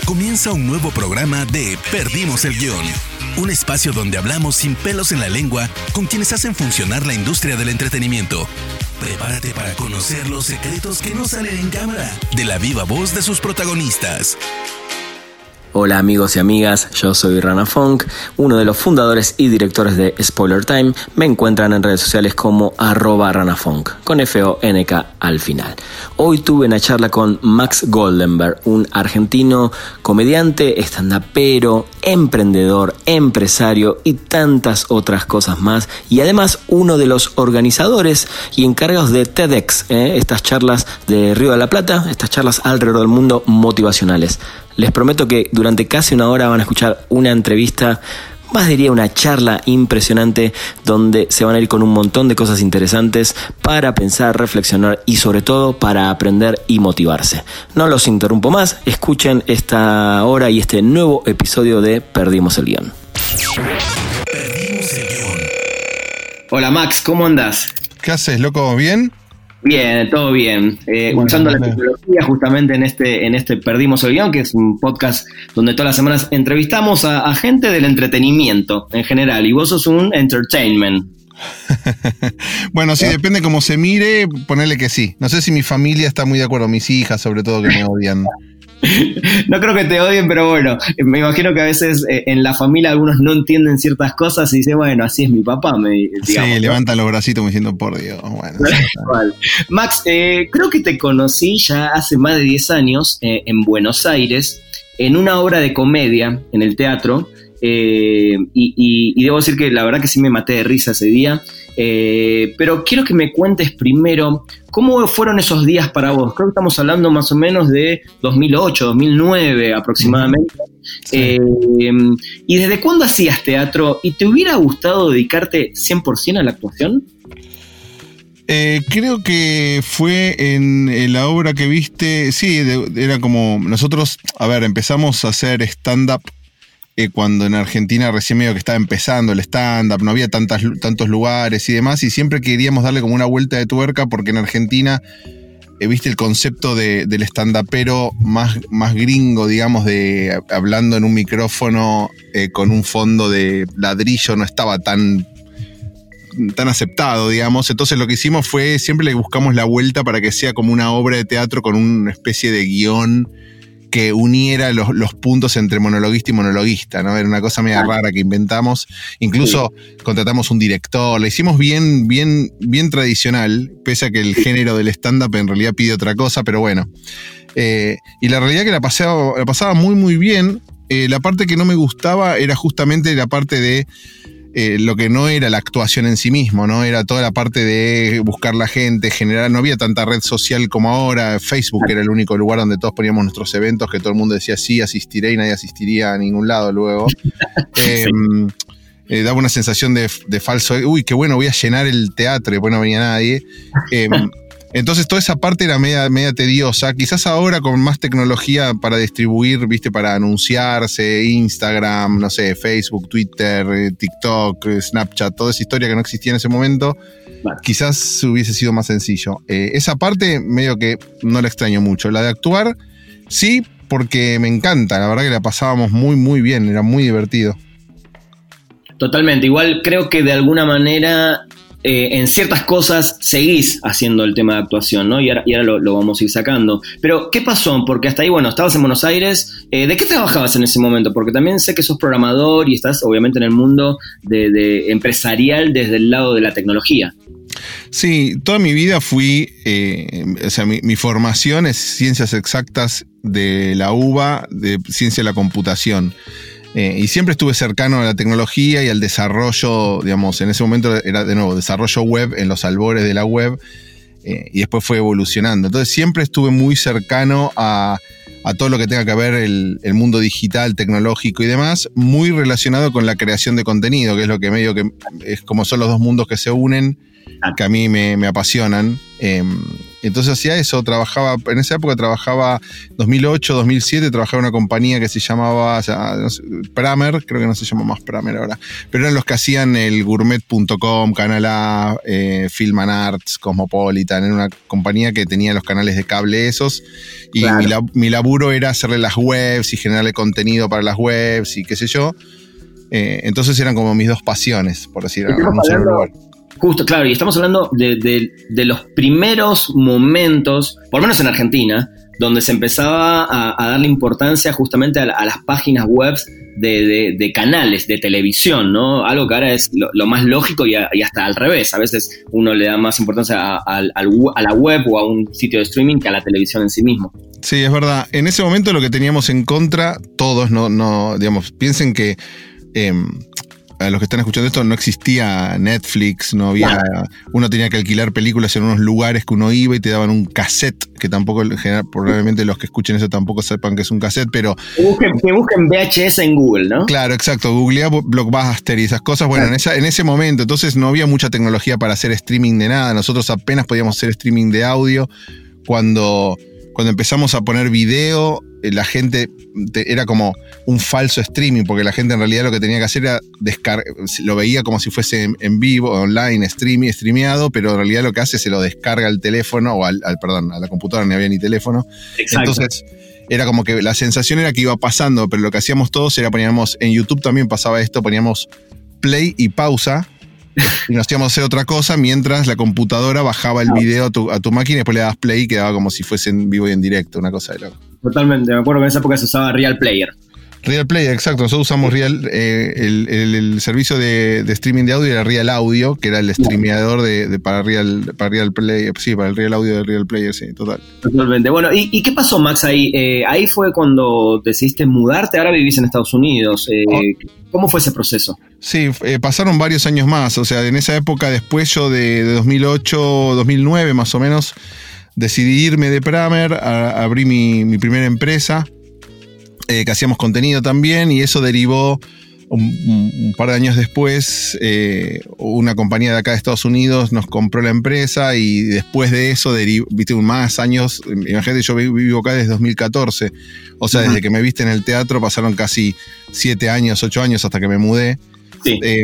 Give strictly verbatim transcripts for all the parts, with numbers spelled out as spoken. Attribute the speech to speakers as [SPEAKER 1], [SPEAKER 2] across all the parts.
[SPEAKER 1] Comienza un nuevo programa de Perdimos el Guión. Un espacio donde hablamos sin pelos en la lengua con quienes hacen funcionar la industria del entretenimiento. Prepárate para conocer los secretos que no salen en cámara, de la viva voz de sus protagonistas.
[SPEAKER 2] Hola amigos y amigas, yo soy Rana Funk, uno de los fundadores y directores de Spoiler Time. Me encuentran en redes sociales como arroba ranafunk, con F O N K al final. Hoy tuve una charla con Max Goldenberg, un argentino comediante, estandapero, emprendedor, empresario y tantas otras cosas más. Y además uno de los organizadores y encargados de TEDx, ¿eh? estas charlas de Río de la Plata, estas charlas alrededor del mundo motivacionales. Les prometo que durante casi una hora van a escuchar una entrevista, más diría una charla impresionante, donde se van a ir con un montón de cosas interesantes para pensar, reflexionar y sobre todo para aprender y motivarse. No los interrumpo más, escuchen esta hora y este nuevo episodio de Perdimos el Guión.
[SPEAKER 1] Perdimos el Guión.
[SPEAKER 2] Hola Max, ¿cómo andás?
[SPEAKER 3] ¿Qué haces, loco? ¿Bien?
[SPEAKER 2] Bien, todo bien. Eh, bueno, usando la tecnología justamente en este, en este Perdimos el Guión, que es un podcast donde todas las semanas entrevistamos a, a gente del entretenimiento en general. Y vos sos un entertainment.
[SPEAKER 3] Bueno, sí, depende cómo se mire, ponerle que sí. No sé si mi familia está muy de acuerdo, mis hijas sobre todo, que me odian.
[SPEAKER 2] No creo que te odien, pero bueno, me imagino que a veces eh, en la familia algunos no entienden ciertas cosas y dicen, bueno, así es mi papá, me, digamos,
[SPEAKER 3] sí,
[SPEAKER 2] ¿no?
[SPEAKER 3] Levantan los bracitos me diciendo, por Dios. Bueno,
[SPEAKER 2] Max, eh, creo que te conocí ya hace más de diez años eh, en Buenos Aires, en una obra de comedia en el teatro. Eh, y, y, y debo decir que la verdad que sí me maté de risa ese día, eh, pero quiero que me cuentes primero cómo fueron esos días para vos. Creo que estamos hablando más o menos de dos mil ocho, dos mil nueve aproximadamente. Sí. eh, ¿Y desde cuándo hacías teatro? ¿Y te hubiera gustado dedicarte cien por ciento a la actuación?
[SPEAKER 3] Eh, creo que fue en, en la obra que viste, sí, de, era como nosotros, a ver, empezamos a hacer stand-up Eh, cuando en Argentina recién medio que estaba empezando el stand-up, no había tantas, tantos lugares y demás, y siempre queríamos darle como una vuelta de tuerca porque en Argentina, eh, viste, el concepto de, del stand-upero más, más gringo, digamos, de hablando en un micrófono eh, con un fondo de ladrillo no estaba tan, tan aceptado, digamos. Entonces lo que hicimos fue, siempre le buscamos la vuelta para que sea como una obra de teatro con una especie de guión que uniera los, los puntos entre monologuista y monologuista, ¿no? Era una cosa media rara que inventamos. Incluso sí. Contratamos un director, la hicimos bien, bien, bien tradicional, pese a que el género del stand-up en realidad pide otra cosa, pero bueno. Eh, y la realidad que la pasaba, la pasaba muy, muy bien. Eh, la parte que no me gustaba era justamente la parte de Eh, lo que no era la actuación en sí mismo, ¿no? Era toda la parte de buscar la gente, generar, no había tanta red social como ahora. Facebook era el único lugar donde todos poníamos nuestros eventos, que todo el mundo decía sí, asistiré, y nadie asistiría a ningún lado luego. eh, sí. eh, daba una sensación de, de falso, uy, qué bueno, voy a llenar el teatro, y después no venía nadie. Eh, Entonces toda esa parte era media, media tediosa. Quizás ahora con más tecnología para distribuir, viste, para anunciarse, Instagram, no sé, Facebook, Twitter, TikTok, Snapchat, toda esa historia que no existía en ese momento, vale. Quizás hubiese sido más sencillo. Eh, esa parte medio que no la extraño mucho. La de actuar, sí, porque me encanta. La verdad que la pasábamos muy, muy bien. Era muy divertido.
[SPEAKER 2] Totalmente. Igual creo que de alguna manera Eh, en ciertas cosas seguís haciendo el tema de actuación, ¿no? Y ahora, y ahora lo, lo vamos a ir sacando. Pero, ¿qué pasó? Porque hasta ahí, bueno, estabas en Buenos Aires. Eh, ¿De qué trabajabas en ese momento? Porque también sé que sos programador y estás, obviamente, en el mundo de, de empresarial desde el lado de la tecnología.
[SPEAKER 3] Sí, toda mi vida fui, eh, o sea, mi, mi formación es ciencias exactas de la U B A, de ciencia de la computación. Eh, y siempre estuve cercano a la tecnología y al desarrollo, digamos, en ese momento era de nuevo desarrollo web, en los albores de la web, eh, y después fue evolucionando. Entonces siempre estuve muy cercano a, a todo lo que tenga que ver el, el mundo digital, tecnológico y demás, muy relacionado con la creación de contenido, que es lo que medio que es como son los dos mundos que se unen. que a mí me, me apasionan. Eh, entonces hacía eso, trabajaba, en esa época trabajaba dos mil ocho, dos mil siete, trabajaba en una compañía que se llamaba, o sea, no sé, Pramer, creo que no se llama más Pramer ahora, pero eran los que hacían el gourmet punto com, Canal A, eh, Film and Arts, Cosmopolitan, era una compañía que tenía los canales de cable esos, y claro. mi, la, mi laburo era hacerle las webs y generarle contenido para las webs y qué sé yo. Eh, entonces eran como mis dos pasiones, por decir, en un solo lugar.
[SPEAKER 2] Justo, claro, y estamos hablando de, de, de los primeros momentos, por lo menos en Argentina, donde se empezaba a, a darle importancia justamente a, a las páginas web de, de, de canales de televisión, ¿no? Algo que ahora es lo, lo más lógico y, a, y hasta al revés. A veces uno le da más importancia a, a, a la web o a un sitio de streaming que a la televisión en sí mismo.
[SPEAKER 3] Sí, es verdad. En ese momento lo que teníamos en contra, todos, no, no, digamos, piensen que eh, a los que están escuchando esto, no existía Netflix, no había, claro. Uno tenía que alquilar películas en unos lugares que uno iba y te daban un cassette, que tampoco, probablemente los que escuchen eso tampoco sepan que es un cassette, pero...
[SPEAKER 2] Que busquen, que busquen V H S en Google, ¿no?
[SPEAKER 3] Claro, exacto, googlea Blockbuster y esas cosas, bueno, claro. en, esa, en ese momento, entonces no había mucha tecnología para hacer streaming de nada, nosotros apenas podíamos hacer streaming de audio, cuando... Cuando empezamos a poner video, la gente te, era como un falso streaming, porque la gente en realidad lo que tenía que hacer era descargar, lo veía como si fuese en, en vivo, online, streaming, streameado, pero en realidad lo que hace es se lo descarga al teléfono, o al, al perdón, a la computadora, no había ni teléfono. Exacto. Entonces era como que la sensación era que iba pasando, pero lo que hacíamos todos era poníamos, en YouTube también pasaba esto, poníamos play y pausa, y nos íbamos a hacer otra cosa mientras la computadora bajaba el video a tu, a tu máquina y después le dabas play y quedaba como si fuese en vivo y en directo, una cosa de loco.
[SPEAKER 2] Totalmente, me acuerdo que en esa época se usaba Real Player.
[SPEAKER 3] Real Player, exacto. Nosotros usamos Real, eh, el, el, el servicio de, de streaming de audio era Real Audio, que era el streameador de, de para Real, para Real Player, sí, para el Real Audio de Real Player, sí, total.
[SPEAKER 2] Totalmente. Bueno, ¿y, y qué pasó, Max, ahí? Eh, ahí fue cuando decidiste mudarte, ahora vivís en Estados Unidos. Eh, oh. ¿Cómo fue ese proceso?
[SPEAKER 3] Sí, eh, pasaron varios años más, o sea, en esa época, después yo de, de dos mil ocho, dos mil nueve más o menos, decidí irme de Pramer, a, a abrí mi, mi primera empresa, eh, que hacíamos contenido también, y eso derivó un, un par de años después, eh, una compañía de acá de Estados Unidos nos compró la empresa, y después de eso, derivó, viste, más años, imagínate, yo vivo acá desde dos mil catorce, o sea, uh-huh. desde que me viste en el teatro pasaron casi siete años, ocho años hasta que me mudé. Sí. Eh,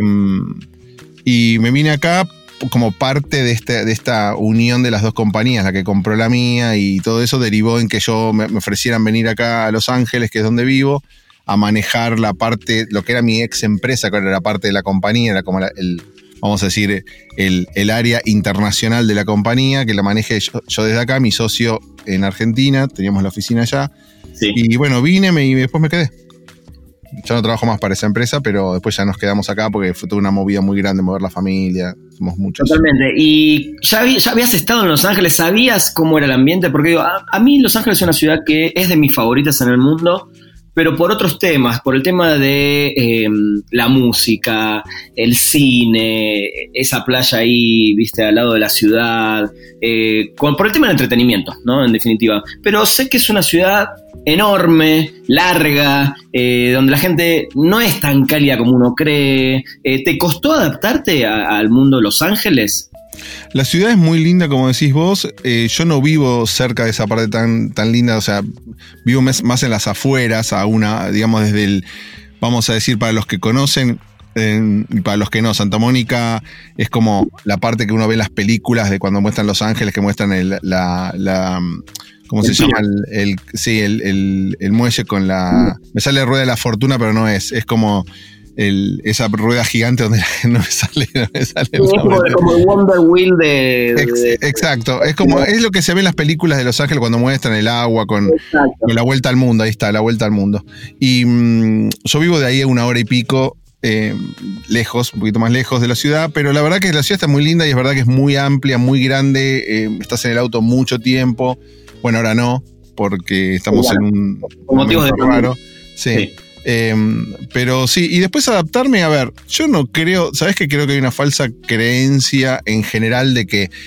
[SPEAKER 3] y me vine acá como parte de, este, de esta unión de las dos compañías, la que compró la mía, y todo eso derivó en que yo me, me ofrecieran venir acá a Los Ángeles, que es donde vivo, a manejar la parte, lo que era mi ex empresa, que era la parte de la compañía, era como la, el, vamos a decir, el, el área internacional de la compañía, que la manejé yo, yo desde acá, mi socio en Argentina, teníamos la oficina allá, sí. Y bueno, vine me, y después me quedé. Ya no trabajo más para esa empresa, pero después ya nos quedamos acá porque fue toda una movida muy grande, mover la familia, somos muchos.
[SPEAKER 2] Totalmente. ¿Y ya, habí, ya habías estado en Los Ángeles? ¿Sabías cómo era el ambiente? Porque digo, a, a mí Los Ángeles es una ciudad que es de mis favoritas en el mundo, pero por otros temas, por el tema de eh, la música, el cine, esa playa ahí, viste, al lado de la ciudad, eh, con, por el tema del entretenimiento, ¿no? En definitiva. Pero sé que es una ciudad enorme, larga, eh, donde la gente no es tan cálida como uno cree. Eh, ¿Te costó adaptarte a, al mundo de Los Ángeles?
[SPEAKER 3] La ciudad es muy linda, como decís vos. Eh, yo no vivo cerca de esa parte tan, tan linda, o sea, vivo más, más en las afueras, a una, digamos, desde el, vamos a decir, para los que conocen, eh, y para los que no, Santa Mónica es como la parte que uno ve en las películas de cuando muestran Los Ángeles, que muestran el, la, la ¿cómo se llama? El, el, sí, el, el, el muelle con la, me sale Rueda de la Fortuna, pero no es, es como El, esa rueda gigante donde no me sale, no me sale
[SPEAKER 2] sí, es como, como el Wonder Wheel de,
[SPEAKER 3] Ex,
[SPEAKER 2] de
[SPEAKER 3] exacto, es como es lo que se ve en las películas de Los Ángeles cuando muestran el agua con, con la vuelta al mundo. Ahí está, la vuelta al mundo. Y mmm, yo vivo de ahí a una hora y pico, eh, lejos, un poquito más lejos de la ciudad, pero la verdad que la ciudad está muy linda y es verdad que es muy amplia, muy grande. Eh, estás en el auto mucho tiempo. Bueno, ahora no, porque estamos sí, en un
[SPEAKER 2] motivos de
[SPEAKER 3] raro. Sí. sí. Eh, pero sí, y después adaptarme, a ver, yo no creo, ¿sabes qué? Creo que hay una falsa creencia en general de que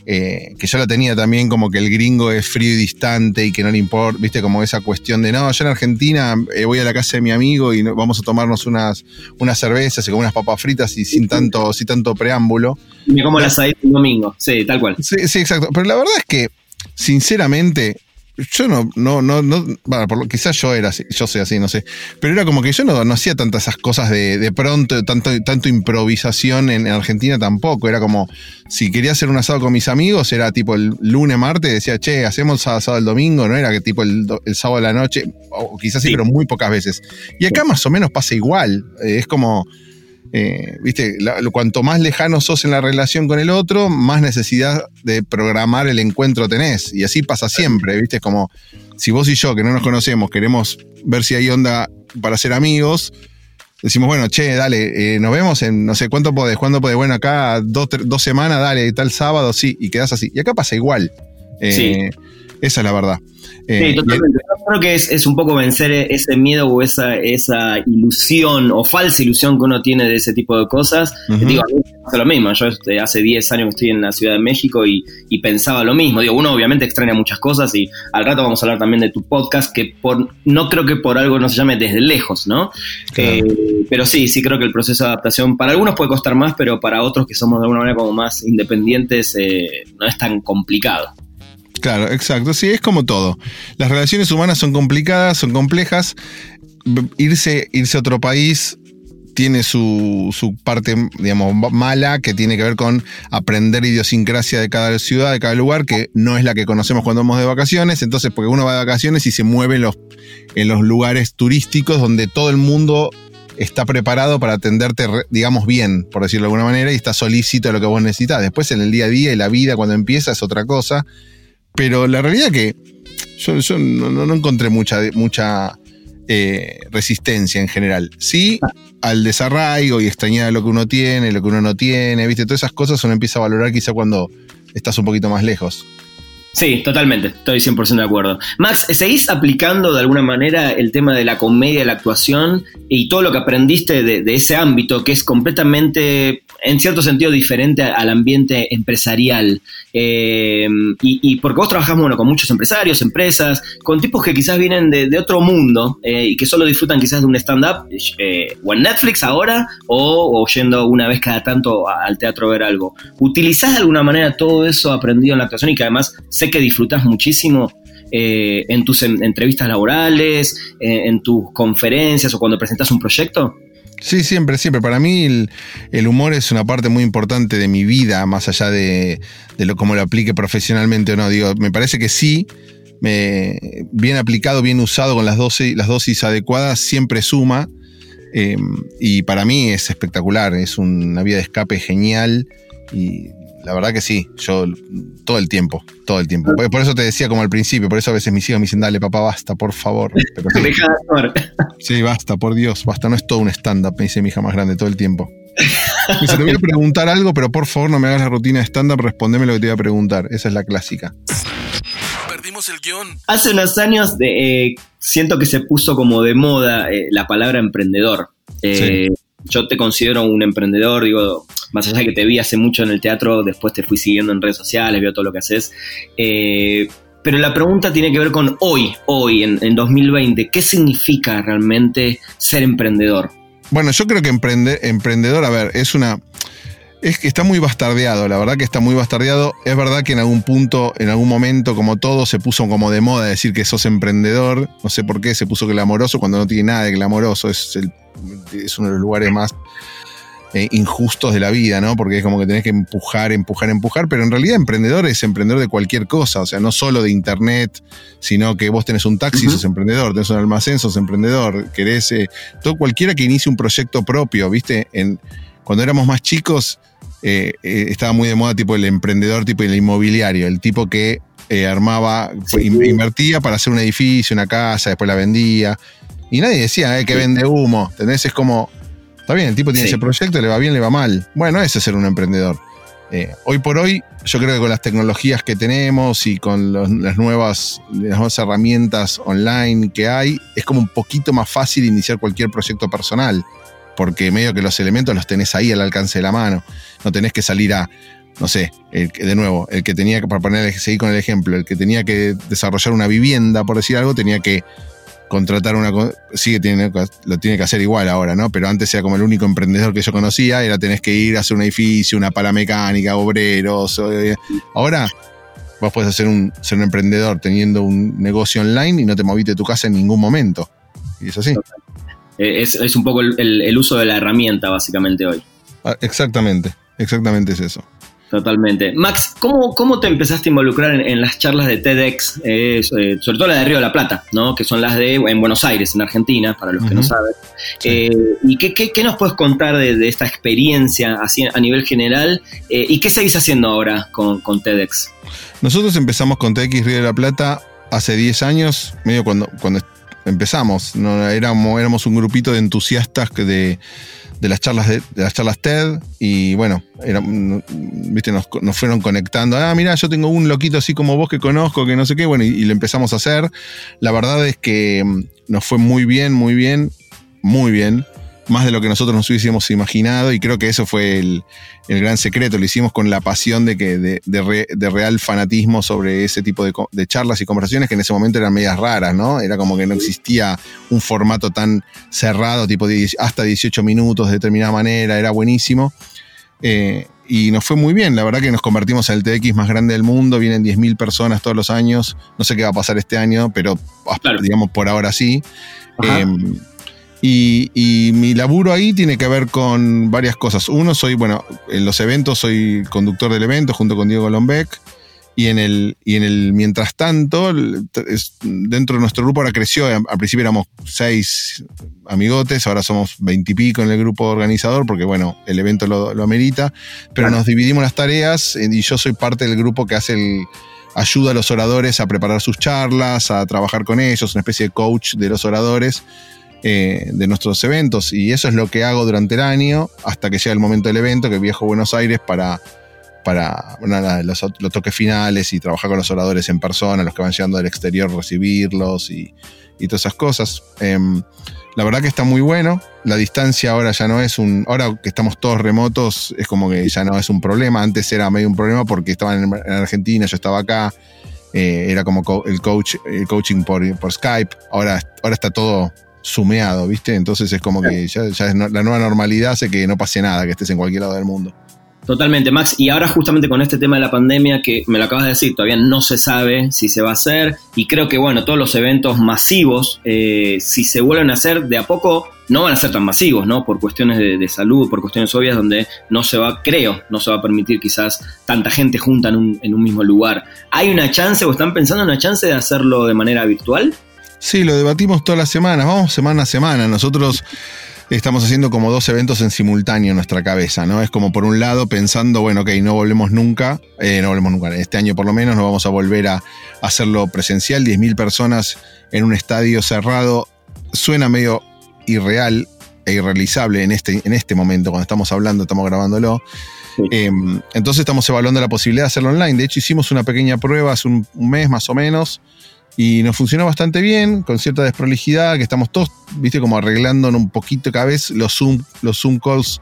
[SPEAKER 3] eh, que yo la tenía también como que el gringo es frío y distante y que no le importa, viste, como esa cuestión de no, yo en Argentina eh, voy a la casa de mi amigo y no, vamos a tomarnos unas, unas cervezas y con unas papas fritas y sin tanto, sin tanto preámbulo.
[SPEAKER 2] Y me como el asadito un domingo, sí, tal cual.
[SPEAKER 3] Sí, sí, exacto. Pero la verdad es que, sinceramente, yo no, no, no, no bueno, por lo, quizás yo era así, yo soy así, no sé. Pero era como que yo no, no hacía tantas esas cosas de, de pronto, tanto, tanto improvisación en, en Argentina tampoco. Era como, si quería hacer un asado con mis amigos, era tipo el lunes, martes, decía, che, hacemos asado el domingo, no era que tipo el, el sábado de la noche, o quizás sí, sí, pero muy pocas veces. Y acá más o menos pasa igual. Eh, es como. Eh, viste, la, cuanto más lejano sos en la relación con el otro, más necesidad de programar el encuentro tenés. Y así pasa siempre, viste, como si vos y yo, que no nos conocemos, queremos ver si hay onda para ser amigos, decimos, bueno, che, dale, eh, nos vemos en no sé cuánto podés, cuándo podés, bueno, acá dos, tres, dos semanas, dale, tal sábado, sí, y quedás así. Y acá pasa igual. Eh, sí. Esa es la verdad.
[SPEAKER 2] Eh, sí, totalmente. Yo creo que es, es un poco vencer ese miedo o esa, esa ilusión o falsa ilusión que uno tiene de ese tipo de cosas. Uh-huh. Digo, a mí me pasa lo mismo. Yo este, hace diez años que estoy en la Ciudad de México y, y pensaba lo mismo. Digo, uno obviamente extraña muchas cosas y al rato vamos a hablar también de tu podcast, que por, no creo que por algo no se llame Desde Lejos, ¿no? Claro. Eh, pero sí, sí creo que el proceso de adaptación para algunos puede costar más, pero para otros que somos de alguna manera como más independientes eh, no es tan complicado.
[SPEAKER 3] Claro, exacto. Sí, es como todo. Las relaciones humanas son complicadas, son complejas. Irse, irse a otro país tiene su, su parte, digamos, mala, que tiene que ver con aprender idiosincrasia de cada ciudad, de cada lugar, que no es la que conocemos cuando vamos de vacaciones. Entonces, porque uno va de vacaciones y se mueve en los, en los lugares turísticos donde todo el mundo está preparado para atenderte, digamos, bien, por decirlo de alguna manera, y está solícito a lo que vos necesitas. Después, en el día a día y la vida, cuando empieza, es otra cosa. Pero la realidad es que yo, yo no, no encontré mucha, mucha eh, resistencia en general. Sí, al desarraigo y extrañar lo que uno tiene, lo que uno no tiene, ¿viste? Todas esas cosas uno empieza a valorar quizá cuando estás un poquito más lejos.
[SPEAKER 2] Sí, totalmente, estoy cien por ciento de acuerdo. Max, ¿seguís aplicando de alguna manera el tema de la comedia, la actuación y todo lo que aprendiste de, de ese ámbito que es completamente, en cierto sentido, diferente al ambiente empresarial? Eh, y, y porque vos trabajás, bueno, con muchos empresarios, empresas, con tipos que quizás vienen de, de otro mundo eh, y que solo disfrutan quizás de un stand-up eh, o en Netflix ahora o, o yendo una vez cada tanto al teatro a ver algo. ¿Utilizás de alguna manera todo eso aprendido en la actuación y que además sé que disfrutás muchísimo eh, en tus en, entrevistas laborales, eh, en tus conferencias o cuando presentas un proyecto?
[SPEAKER 3] Sí, siempre, siempre. Para mí el, el humor es una parte muy importante de mi vida, más allá de, de lo cómo lo aplique profesionalmente o no. Digo, me parece que sí, me, bien aplicado, bien usado, con las dosis, las dosis adecuadas, siempre suma. Eh, y para mí es espectacular, es una vía de escape genial y la verdad que sí, yo todo el tiempo, todo el tiempo. Por eso te decía como al principio, por eso a veces mis hijos me dicen, dale papá, basta, por favor. Pero sí,
[SPEAKER 2] deja de actuar.
[SPEAKER 3] Sí, basta, por Dios, basta, no es todo un stand-up, me dice mi hija más grande todo el tiempo. Me dice, te voy a preguntar algo, pero por favor no me hagas la rutina de stand-up, respondeme lo que te voy a preguntar. Esa es la clásica.
[SPEAKER 1] Perdimos el guión.
[SPEAKER 2] Hace unos años de, eh, siento que se puso como de moda eh, la palabra emprendedor. Eh, sí. Yo te considero un emprendedor, digo, más allá de que te vi hace mucho en el teatro, después te fui siguiendo en redes sociales, veo todo lo que haces. Eh, pero la pregunta tiene que ver con hoy, hoy, en, en dos mil veinte. ¿Qué significa realmente ser emprendedor?
[SPEAKER 3] Bueno, yo creo que emprende, emprendedor, a ver, es una... Es que está muy bastardeado, la verdad que está muy bastardeado. Es verdad que en algún punto, en algún momento, como todo, se puso como de moda decir que sos emprendedor. No sé por qué se puso glamoroso cuando no tiene nada de glamoroso. Es, el, es uno de los lugares más eh, injustos de la vida, ¿no? Porque es como que tenés que empujar, empujar, empujar. Pero en realidad emprendedor es emprendedor de cualquier cosa. O sea, no solo de internet, sino que vos tenés un taxi, uh-huh. sos emprendedor. Tenés un almacén, sos emprendedor. Querés, eh, todo, cualquiera que inicie un proyecto propio, ¿viste? En, cuando éramos más chicos... Eh, eh, estaba muy de moda tipo el emprendedor, tipo el inmobiliario, el tipo que eh, armaba, sí, in, invertía para hacer un edificio, una casa, después la vendía. Y nadie decía eh, que sí. vende humo. ¿Entendés? Es como, está bien, el tipo tiene sí. ese proyecto, le va bien, le va mal. Bueno, ese es ser un emprendedor. Eh, hoy por hoy, yo creo que con las tecnologías que tenemos y con los, las, nuevas, las nuevas herramientas online que hay, es como un poquito más fácil iniciar cualquier proyecto personal. Porque medio que los elementos los tenés ahí al alcance de la mano. No tenés que salir a no sé, el, de nuevo, el que tenía que, para poner, seguir con el ejemplo, el que tenía que desarrollar una vivienda, por decir algo, tenía que contratar una, sigue tiene, lo tiene que hacer igual ahora, ¿no? Pero antes era como el único emprendedor que yo conocía, era tenés que ir a hacer un edificio, una pala mecánica, obreros. Ahora vos podés hacer un, ser un emprendedor teniendo un negocio online y no te moviste de tu casa en ningún momento. Y es así.
[SPEAKER 2] Es, es un poco el, el, el uso de la herramienta, básicamente, hoy.
[SPEAKER 3] Exactamente, exactamente es eso.
[SPEAKER 2] Totalmente. Max, ¿cómo, cómo te empezaste a involucrar en, en las charlas de TEDx? Eh, sobre todo la de Río de la Plata, ¿no? Que son las de en Buenos Aires, en Argentina, para los uh-huh. que no saben. Sí. Eh, ¿Y qué, qué, qué nos puedes contar de, de esta experiencia así a nivel general? Eh, ¿Y qué seguís haciendo ahora con, con TEDx?
[SPEAKER 3] Nosotros empezamos con TEDx Río de la Plata hace diez años, medio cuando, cuando empezamos. ¿No? Éramos, éramos un grupito de entusiastas de... de las charlas de, de las charlas TED y bueno, era, viste, nos, nos fueron conectando. Ah, mirá, yo tengo un loquito así como vos que conozco, que no sé qué, bueno, y, y lo empezamos a hacer. La verdad es que nos fue muy bien, muy bien, muy bien, más de lo que nosotros nos hubiésemos imaginado, y creo que eso fue el, el gran secreto. Lo hicimos con la pasión de, que, de, de, re, de real fanatismo sobre ese tipo de, de charlas y conversaciones que en ese momento eran medias raras, ¿no? Era como que no existía un formato tan cerrado, tipo de, hasta dieciocho minutos de determinada manera, era buenísimo. Eh, y nos fue muy bien, la verdad que nos convertimos en el TEDx más grande del mundo, vienen diez mil personas todos los años, no sé qué va a pasar este año, pero claro, digamos por ahora sí. Eh, Y, y mi laburo ahí tiene que ver con varias cosas. Uno, soy, bueno, en los eventos soy conductor del evento junto con Diego Lombeck. Y en el, y en el mientras tanto, es, dentro de nuestro grupo ahora creció. Al principio éramos seis amigotes, ahora somos veintipico en el grupo organizador, porque bueno, el evento lo, lo amerita. Pero claro, nos dividimos las tareas y yo soy parte del grupo que hace el, ayuda a los oradores a preparar sus charlas, a trabajar con ellos, una especie de coach de los oradores. Eh, de nuestros eventos, y eso es lo que hago durante el año hasta que llega el momento del evento, que viajo a Buenos Aires para, para bueno, los, los toques finales y trabajar con los oradores en persona, los que van llegando del exterior, recibirlos y, y todas esas cosas. Eh, la verdad que está muy bueno. La distancia ahora ya no es un... Ahora que estamos todos remotos es como que ya no es un problema. Antes era medio un problema porque estaban en, en Argentina, yo estaba acá. Eh, era como co- el, coach, el coaching por, por Skype. Ahora, ahora está todo sumeado, ¿viste? Entonces es como que ya, ya es no, la nueva normalidad hace que no pase nada, que estés en cualquier lado del mundo.
[SPEAKER 2] Totalmente, Max. Y ahora justamente con este tema de la pandemia, que me lo acabas de decir, todavía no se sabe si se va a hacer, y creo que, bueno, todos los eventos masivos, eh, si se vuelven a hacer, de a poco no van a ser tan masivos, ¿no? Por cuestiones de, de salud, por cuestiones obvias, donde no se va, creo, no se va a permitir quizás tanta gente junta en un, en un mismo lugar. ¿Hay una chance o están pensando en una chance de hacerlo de manera virtual?
[SPEAKER 3] Sí, lo debatimos todas las semanas, vamos semana a semana. Nosotros estamos haciendo como dos eventos en simultáneo en nuestra cabeza, ¿no? Es como por un lado pensando, bueno, ok, no volvemos nunca, eh, no volvemos nunca, este año por lo menos no vamos a volver a hacerlo presencial, diez mil personas en un estadio cerrado, suena medio irreal e irrealizable en este, en este momento, cuando estamos hablando, estamos grabándolo. Sí. Eh, entonces estamos evaluando la posibilidad de hacerlo online. De hecho, hicimos una pequeña prueba hace un, un mes más o menos, y nos funcionó bastante bien, con cierta desprolijidad, que estamos todos, viste, como arreglando un poquito cada vez. Los Zoom, los Zoom calls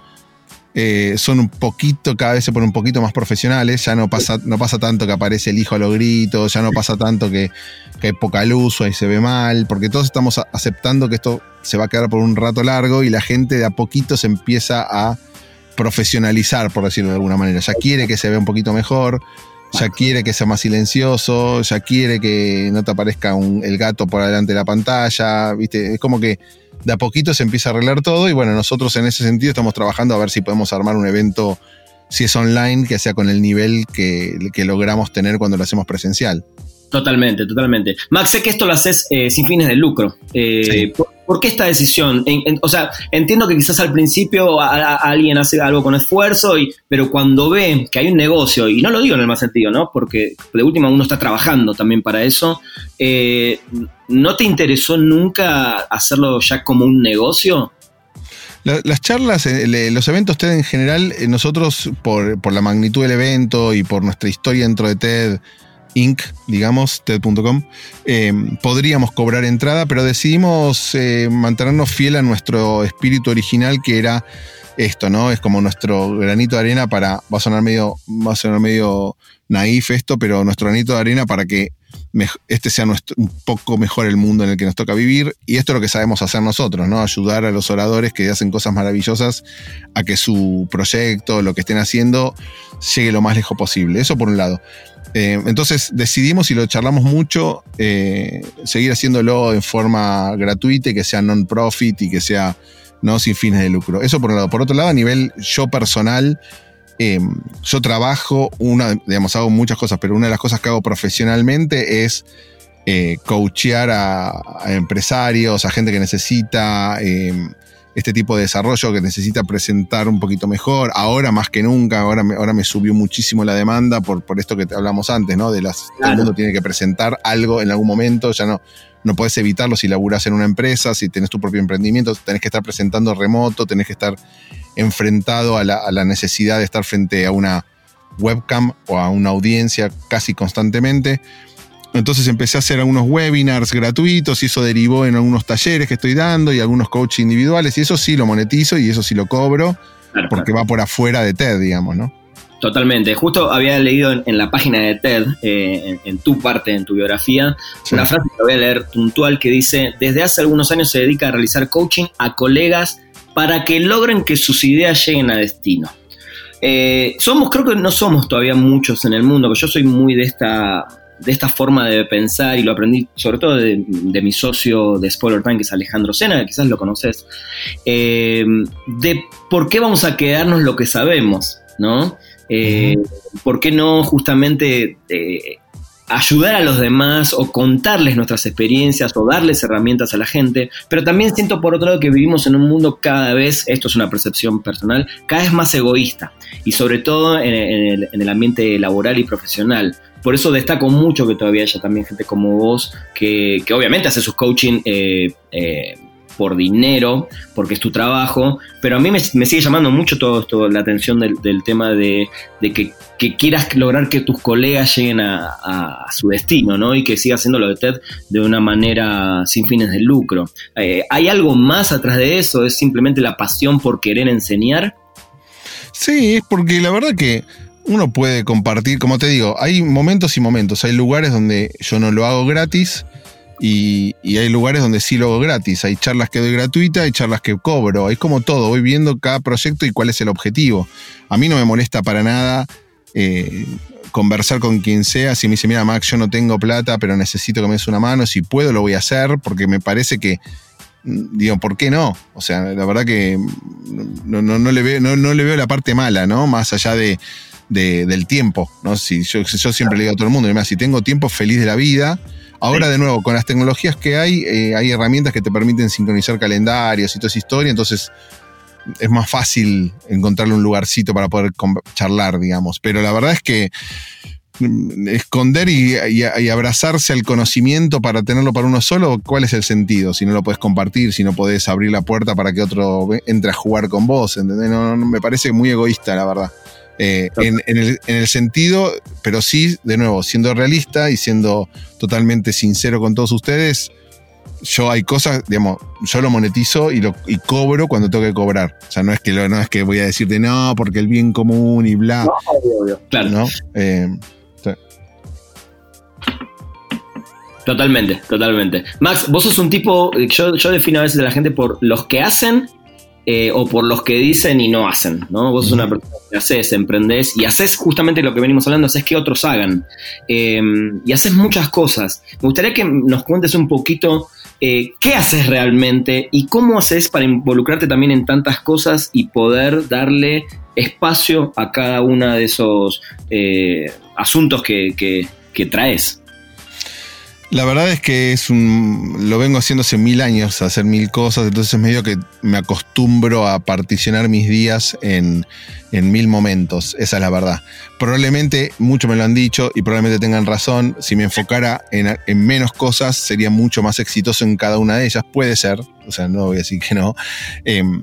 [SPEAKER 3] eh, son un poquito, cada vez se ponen un poquito más profesionales. Ya no pasa, no pasa tanto que aparece el hijo a los gritos, ya no pasa tanto que, que hay poca luz o ahí se ve mal, porque todos estamos aceptando que esto se va a quedar por un rato largo y la gente de a poquito se empieza a profesionalizar, por decirlo de alguna manera. Ya quiere que se vea un poquito mejor, ya quiere que sea más silencioso, ya quiere que no te aparezca un, el gato por delante de la pantalla, ¿viste? Es como que de a poquito se empieza a arreglar todo y bueno, nosotros en ese sentido estamos trabajando a ver si podemos armar un evento, si es online, que sea con el nivel que, que logramos tener cuando lo hacemos presencial.
[SPEAKER 2] Totalmente, totalmente. Max, sé que esto lo haces eh, sin fines de lucro. Eh, sí. ¿por, ¿Por qué esta decisión? En, en, o sea, entiendo que quizás al principio a, a, a alguien hace algo con esfuerzo, y, pero cuando ve que hay un negocio, y no lo digo en el mal sentido, ¿no? Porque de última uno está trabajando también para eso, eh, ¿no te interesó nunca hacerlo ya como un negocio?
[SPEAKER 3] Las charlas, los eventos TED en general, nosotros por, por la magnitud del evento y por nuestra historia dentro de TED, inc, digamos, ted punto com, eh, podríamos cobrar entrada, pero decidimos eh, mantenernos fiel a nuestro espíritu original, que era esto, ¿no? Es como nuestro granito de arena para, va a sonar medio, va a sonar medio naif esto, pero nuestro granito de arena para que este sea nuestro, un poco mejor el mundo en el que nos toca vivir, y esto es lo que sabemos hacer nosotros, ¿no? Ayudar a los oradores que hacen cosas maravillosas a que su proyecto, lo que estén haciendo, llegue lo más lejos posible. Eso por un lado. Eh, entonces decidimos, y lo charlamos mucho, eh, seguir haciéndolo en forma gratuita y que sea non-profit y que sea, no, sin fines de lucro. Eso por un lado. Por otro lado, a nivel yo personal, Eh, yo trabajo, una, digamos, hago muchas cosas, pero una de las cosas que hago profesionalmente es eh, coachear a, a empresarios, a gente que necesita eh, este tipo de desarrollo, que necesita presentar un poquito mejor. Ahora más que nunca, ahora me, ahora me subió muchísimo la demanda por, por esto que hablamos antes, ¿no? De las, todo el mundo tiene que presentar algo en algún momento, ya no, no podés evitarlo si laburás en una empresa, si tenés tu propio emprendimiento, tenés que estar presentando remoto, tenés que estar enfrentado a la, a la necesidad de estar frente a una webcam o a una audiencia casi constantemente. Entonces empecé a hacer algunos webinars gratuitos y eso derivó en algunos talleres que estoy dando y algunos coaches individuales, y eso sí lo monetizo y eso sí lo cobro, claro, porque claro, va por afuera de TED, digamos, ¿no?
[SPEAKER 2] Totalmente. Justo había leído en, en la página de TED, eh, en, en tu parte, en tu biografía, sí, una frase que voy a leer puntual que dice: desde hace algunos años se dedica a realizar coaching a colegas para que logren que sus ideas lleguen a destino. Eh, somos, creo que no somos todavía muchos en el mundo, pero yo soy muy de esta, de esta forma de pensar, y lo aprendí sobre todo de, de mi socio de Spoiler Time, que es Alejandro Sena, que quizás lo conoces, eh, de por qué vamos a quedarnos lo que sabemos, ¿no? Eh, uh-huh. ¿Por qué no justamente eh, ayudar a los demás o contarles nuestras experiencias o darles herramientas a la gente? Pero también siento por otro lado que vivimos en un mundo cada vez, esto es una percepción personal, cada vez más egoísta, y sobre todo en, en, el, en el ambiente laboral y profesional. Por eso destaco mucho que todavía haya también gente como vos que, que obviamente hace sus coaching eh, eh, por dinero, porque es tu trabajo, pero a mí me, me sigue llamando mucho todo esto, la atención del, del tema de, de que, que quieras lograr que tus colegas lleguen a, a, a su destino, ¿no? Y que sigas haciendo lo de TED de una manera sin fines de lucro. Eh, ¿Hay algo más atrás de eso? ¿Es simplemente la pasión por querer enseñar?
[SPEAKER 3] Sí, es porque la verdad que uno puede compartir, como te digo, hay momentos y momentos, hay lugares donde yo no lo hago gratis, Y, y hay lugares donde sí lo hago gratis. Hay charlas que doy gratuita, hay charlas que cobro. Es como todo, voy viendo cada proyecto y cuál es el objetivo. A mí no me molesta para nada eh, conversar con quien sea. Si me dice, mira Max, yo no tengo plata, pero necesito que me des una mano, si puedo lo voy a hacer, porque me parece que, digo, ¿por qué no? O sea, la verdad que no, no, no, le, veo, no, no le veo la parte mala, ¿no? Más allá de, de, del tiempo, ¿no? Si yo, yo siempre le digo a todo el mundo, mira, si tengo tiempo, feliz de la vida. Ahora, de nuevo, con las tecnologías que hay, eh, hay herramientas que te permiten sincronizar calendarios y toda esa historia, entonces es más fácil encontrarle un lugarcito para poder charlar, digamos. Pero la verdad es que esconder y, y, y abrazarse al conocimiento para tenerlo para uno solo, ¿cuál es el sentido? Si no lo puedes compartir, si no podés abrir la puerta para que otro entre a jugar con vos, ¿entendés? No, no, me parece muy egoísta, la verdad. Eh, en, en, el, en el sentido, pero sí, de nuevo, siendo realista y siendo totalmente sincero con todos ustedes, yo hay cosas, digamos, yo lo monetizo y, lo, y cobro cuando tengo que cobrar. O sea, no es que, lo, no es que voy a decirte no, porque el bien común y bla. No, obvio, obvio. Claro. ¿No? Eh, sí.
[SPEAKER 2] Totalmente, totalmente. Max, vos sos un tipo, yo, yo defino a veces a la gente por los que hacen Eh, o por los que dicen y no hacen, ¿no? Vos sos una persona que haces, emprendés y haces justamente lo que venimos hablando, haces que otros hagan. Eh, y haces muchas cosas. Me gustaría que nos cuentes un poquito eh, qué haces realmente y cómo haces para involucrarte también en tantas cosas y poder darle espacio a cada uno de esos eh, asuntos que, que, que traes.
[SPEAKER 3] La verdad es que es un, lo vengo haciendo hace mil años, a hacer mil cosas, entonces medio que me acostumbro a particionar mis días en, en mil momentos, esa es la verdad. Probablemente, muchos me lo han dicho y probablemente tengan razón, si me enfocara en, en menos cosas sería mucho más exitoso en cada una de ellas, puede ser, o sea, no voy a decir que no, eh,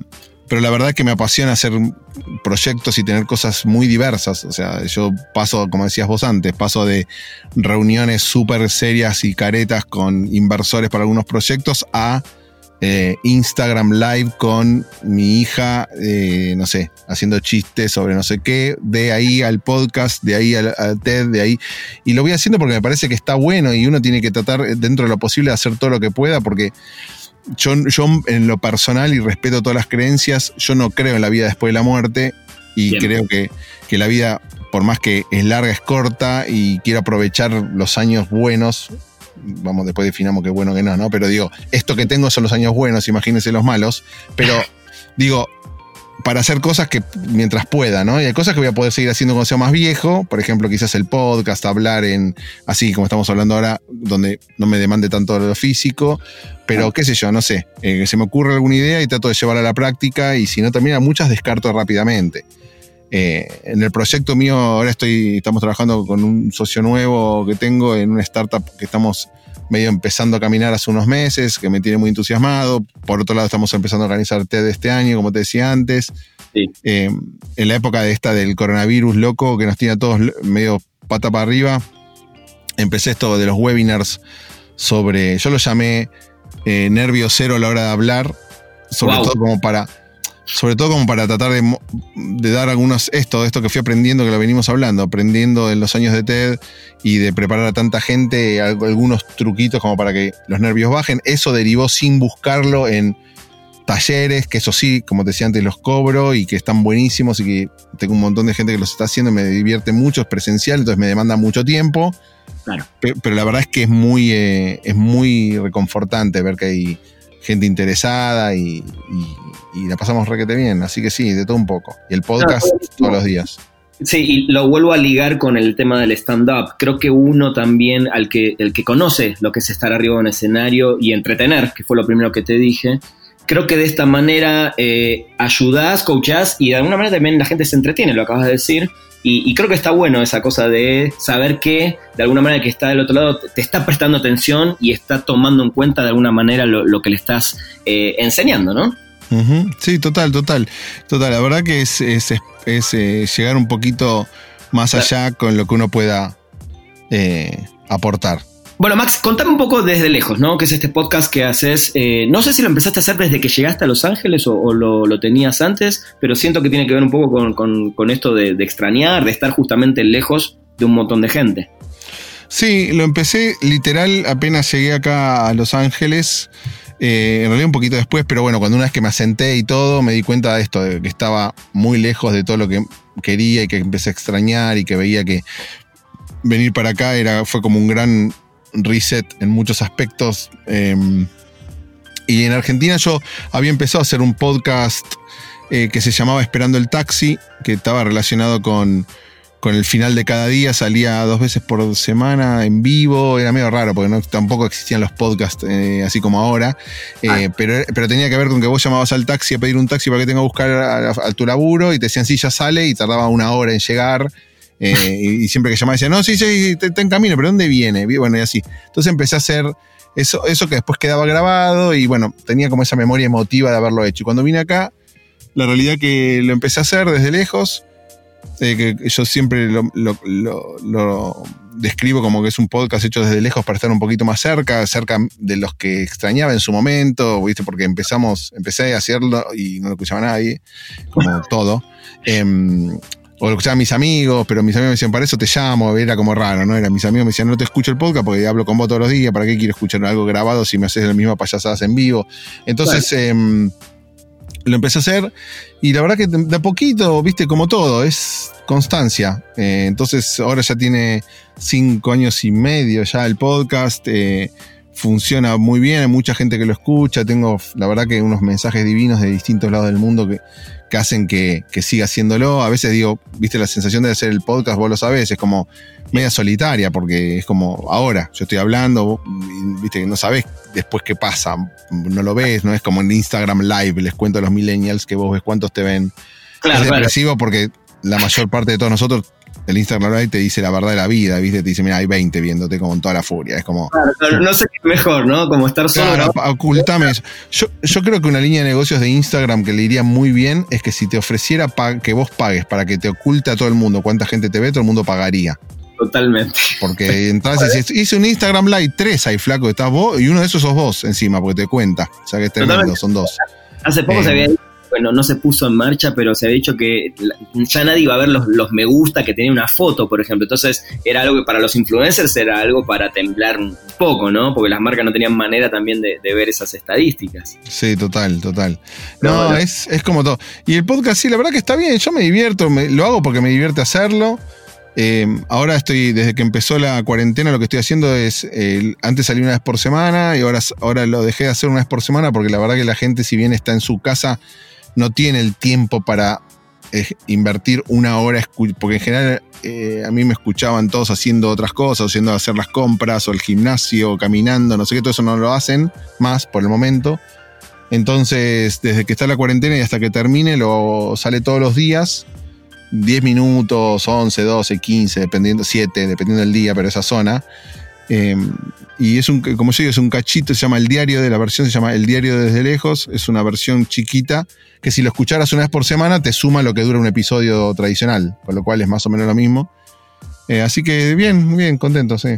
[SPEAKER 3] pero la verdad es que me apasiona hacer proyectos y tener cosas muy diversas. O sea, yo paso, como decías vos antes, paso de reuniones súper serias y caretas con inversores para algunos proyectos a eh, Instagram Live con mi hija, eh, no sé, haciendo chistes sobre no sé qué, de ahí al podcast, de ahí al, al TED, de ahí. Y lo voy haciendo porque me parece que está bueno y uno tiene que tratar dentro de lo posible de hacer todo lo que pueda, porque yo, yo en lo personal, y respeto todas las creencias, yo no creo en la vida después de la muerte y Bien. creo que, que la vida, por más que es larga, es corta y quiero aprovechar los años buenos. Vamos, después definamos qué bueno que no, ¿no? Pero digo, esto que tengo son los años buenos, imagínense los malos, pero digo, para hacer cosas que mientras pueda, ¿no? Y hay cosas que voy a poder seguir haciendo cuando sea más viejo, por ejemplo, quizás el podcast, hablar en, así como estamos hablando ahora, donde no me demande tanto lo físico, pero qué sé yo, no sé, eh, se me ocurre alguna idea y trato de llevarla a la práctica, y si no, también a muchas descarto rápidamente. Eh, en el proyecto mío ahora estoy, estamos trabajando con un socio nuevo que tengo en una startup que estamos medio empezando a caminar hace unos meses, que me tiene muy entusiasmado. Por otro lado, estamos empezando a organizar TED este año, como te decía antes. Sí. Eh, en la época de esta del coronavirus loco, que nos tiene a todos medio pata para arriba, empecé esto de los webinars sobre, yo lo llamé eh, nervio cero a la hora de hablar, sobre wow. todo como para... Sobre todo como para tratar de, de dar algunos, esto, esto que fui aprendiendo, que lo venimos hablando, aprendiendo en los años de TED y de preparar a tanta gente, algunos truquitos como para que los nervios bajen. Eso derivó sin buscarlo en talleres, que eso sí, como te decía antes, los cobro y que están buenísimos y que tengo un montón de gente que los está haciendo, me divierte mucho, es presencial, entonces me demanda mucho tiempo. Claro. Pero, pero la verdad es que es muy, eh, es muy reconfortante ver que hay gente interesada y, y, y la pasamos requete bien, así que sí, de todo un poco. Y el podcast no, todos los días.
[SPEAKER 2] Sí, y lo vuelvo a ligar con el tema del stand-up. Creo que uno también, al que, el que conoce lo que es estar arriba de un escenario y entretener, que fue lo primero que te dije, creo que de esta manera eh, ayudás, coachás y de alguna manera también la gente se entretiene, lo acabas de decir. Y, y creo que está bueno esa cosa de saber que de alguna manera el que está del otro lado te está prestando atención y está tomando en cuenta de alguna manera lo, lo que le estás eh, enseñando, ¿no?
[SPEAKER 3] Uh-huh. Sí, total, total. Total, la verdad que es, es, es, es eh, llegar un poquito más allá con lo que uno pueda eh, aportar.
[SPEAKER 2] Bueno, Max, contame un poco desde lejos, ¿no? ¿Qué es este podcast que haces? Eh, no sé si lo empezaste a hacer desde que llegaste a Los Ángeles o, o lo, lo tenías antes, pero siento que tiene que ver un poco con, con, con esto de, de extrañar, de estar justamente lejos de un montón de gente.
[SPEAKER 3] Sí, lo empecé literal apenas llegué acá a Los Ángeles, eh, en realidad un poquito después, pero bueno, cuando una vez que me asenté y todo, me di cuenta de esto, de que estaba muy lejos de todo lo que quería y que empecé a extrañar y que veía que venir para acá era, fue como un gran reset en muchos aspectos. Eh, y en Argentina yo había empezado a hacer un podcast eh, que se llamaba Esperando el Taxi, que estaba relacionado con, con el final de cada día, salía dos veces por semana en vivo, era medio raro porque no, tampoco existían los podcasts eh, así como ahora, eh, ah. pero, pero tenía que ver con que vos llamabas al taxi a pedir un taxi para que tenga que buscar a, a, a tu laburo y te decían sí, ya sale, y tardaba una hora en llegar. Eh, y siempre que llamaba decía, no, sí, sí, está en camino, pero ¿dónde viene? Bueno, y así. Entonces empecé a hacer eso, eso que después quedaba grabado y bueno, tenía como esa memoria emotiva de haberlo hecho. Y cuando vine acá, la realidad que lo empecé a hacer desde lejos, eh, que yo siempre lo, lo, lo, lo describo como que es un podcast hecho desde lejos para estar un poquito más cerca, cerca de los que extrañaba en su momento, ¿viste? Porque empezamos, empecé a hacerlo y no lo escuchaba nadie, como todo. Eh, O lo escuchaban mis amigos, pero mis amigos me decían, para eso te llamo, era como raro, ¿no? Era mis amigos me decían, no te escucho el podcast porque hablo con vos todos los días, ¿para qué quiero escuchar algo grabado si me haces las mismas payasadas en vivo? Entonces, claro. eh, lo empecé a hacer y la verdad que de a poquito, viste, como todo, es constancia. Eh, entonces, ahora ya tiene cinco años y medio ya el podcast, eh, funciona muy bien, hay mucha gente que lo escucha, tengo la verdad que unos mensajes divinos de distintos lados del mundo que, que hacen que, que siga haciéndolo. A veces digo, viste, la sensación de hacer el podcast, vos lo sabés, es como media solitaria, porque es como ahora, yo estoy hablando, viste, que no sabés después qué pasa, no lo ves, no es como en Instagram Live, les cuento a los millennials que vos ves cuántos te ven. Claro, es depresivo, claro. Porque la mayor parte de todos nosotros El Instagram Live te dice la verdad de la vida, ¿viste? Te dice, mira, hay veinte viéndote como en toda la furia. Es como...
[SPEAKER 4] Claro, claro, no sé qué es mejor, ¿no? Como estar solo.
[SPEAKER 3] Claro, ¿no? Ocultame eso. Yo, yo creo que una línea de negocios de Instagram que le iría muy bien es que si te ofreciera que vos pagues para que te oculte a todo el mundo cuánta gente te ve, todo el mundo pagaría.
[SPEAKER 4] Totalmente.
[SPEAKER 3] Porque entonces hice un Instagram Live, tres ahí, flaco, estás vos, y uno de esos sos vos encima, porque te cuenta. O sea que es tremendo, Totalmente. Son dos.
[SPEAKER 4] Hace poco eh, se había dicho, bueno, no se puso en marcha, pero se había dicho que ya nadie iba a ver los, los me gusta que tenía una foto, por ejemplo. Entonces era algo que para los influencers era algo para temblar un poco, ¿no? Porque las marcas no tenían manera también de, de ver esas estadísticas.
[SPEAKER 3] Sí, total, total. No, no bueno. es, es como todo. Y el podcast, sí, la verdad que está bien. Yo me divierto, me, lo hago porque me divierte hacerlo. Eh, ahora estoy, desde que empezó la cuarentena, lo que estoy haciendo es, eh, antes salí una vez por semana y ahora, ahora lo dejé de hacer una vez por semana porque la verdad que la gente, si bien está en su casa, no tiene el tiempo para eh, invertir una hora, porque en general eh, a mí me escuchaban todos haciendo otras cosas, haciendo hacer las compras o el gimnasio, caminando, no sé qué, todo eso no lo hacen más por el momento. Entonces, desde que está la cuarentena y hasta que termine, lo sale todos los días. diez minutos, once, doce, quince, dependiendo, siete, dependiendo del día, pero esa zona. Eh, y es un, como yo digo, es un cachito, se llama El Diario de la versión, se llama El Diario desde lejos. Es una versión chiquita que si lo escucharas una vez por semana te suma lo que dura un episodio tradicional, con lo cual es más o menos lo mismo. Eh, así que bien, bien, contento, sí.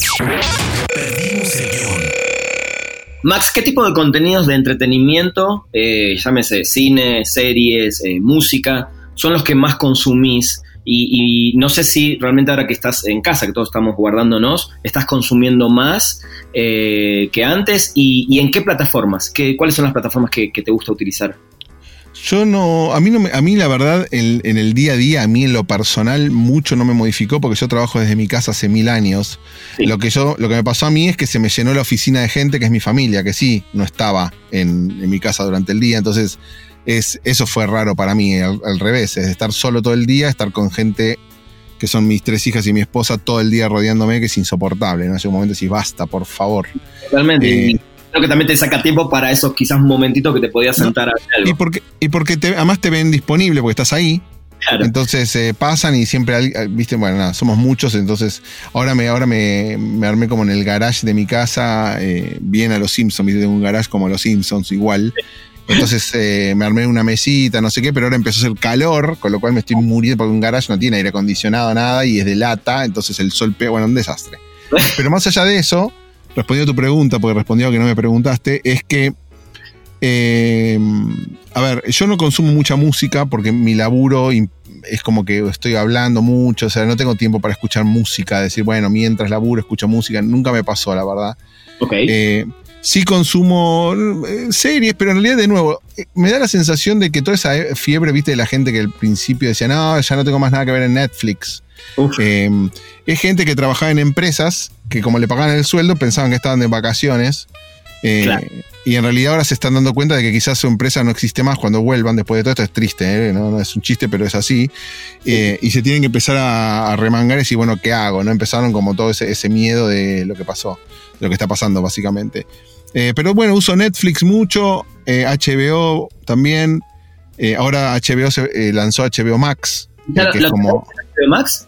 [SPEAKER 4] Max, ¿qué tipo de contenidos de entretenimiento, eh, llámese cine, series, eh, música, son los que más consumís? Y, y no sé si realmente ahora que estás en casa, que todos estamos guardándonos, estás consumiendo más eh, que antes. Y, y en qué plataformas? ¿Qué, ¿Cuáles son las plataformas que, que te gusta utilizar?
[SPEAKER 3] Yo no, a mí, no me, a mí la verdad, en, en el día a día, a mí en lo personal, mucho no me modificó porque yo trabajo desde mi casa hace mil años. Sí. Lo que yo, lo que me pasó a mí es que se me llenó la oficina de gente que es mi familia, que sí, no estaba en, en mi casa durante el día, entonces... Es, eso fue raro para mí, al, al revés, es estar solo todo el día, estar con gente que son mis tres hijas y mi esposa todo el día rodeándome, que es insoportable, ¿no? Hace un momento decís, basta, por favor.
[SPEAKER 4] Totalmente, eh, y creo que también te saca tiempo para esos quizás momentitos que te podías sentar no, a ver algo.
[SPEAKER 3] Y porque, y porque te, además te ven disponible, porque estás ahí. Claro. Entonces eh, pasan y siempre, viste, bueno, nada, somos muchos, entonces ahora me, ahora me, me armé como en el garage de mi casa, eh, bien a los Simpsons, viste, tengo un garage como los Simpsons igual. Entonces eh, me armé una mesita, no sé qué, pero ahora empezó a hacer calor, con lo cual me estoy muriendo porque un garage no tiene aire acondicionado, nada, y es de lata, entonces el sol pega, bueno, un desastre. Pero más allá de eso, respondiendo a tu pregunta, porque respondió que no me preguntaste, es que, eh, a ver, yo no consumo mucha música porque mi laburo es como que estoy hablando mucho, o sea, no tengo tiempo para escuchar música, decir, bueno, mientras laburo escucho música, nunca me pasó, la verdad.
[SPEAKER 4] Ok.
[SPEAKER 3] Eh, Sí consumo series, pero en realidad, de nuevo, me da la sensación de que toda esa fiebre, viste, de la gente que al principio decía, no, ya no tengo más nada que ver en Netflix. Eh, es gente que trabajaba en empresas que como le pagaban el sueldo pensaban que estaban de vacaciones. Eh, claro. Y en realidad ahora se están dando cuenta de que quizás su empresa no existe más cuando vuelvan después de todo esto. Es triste, ¿eh? no, no es un chiste, pero es así. Eh, y se tienen que empezar a, a remangar y decir, bueno, ¿qué hago? ¿No? Empezaron como todo ese, ese miedo de lo que pasó, de lo que está pasando básicamente. Eh, pero bueno, uso Netflix mucho, eh, H B O también. Eh, ahora H B O se, eh, lanzó H B O Max.
[SPEAKER 4] Eh, que es como... ¿H B O Max?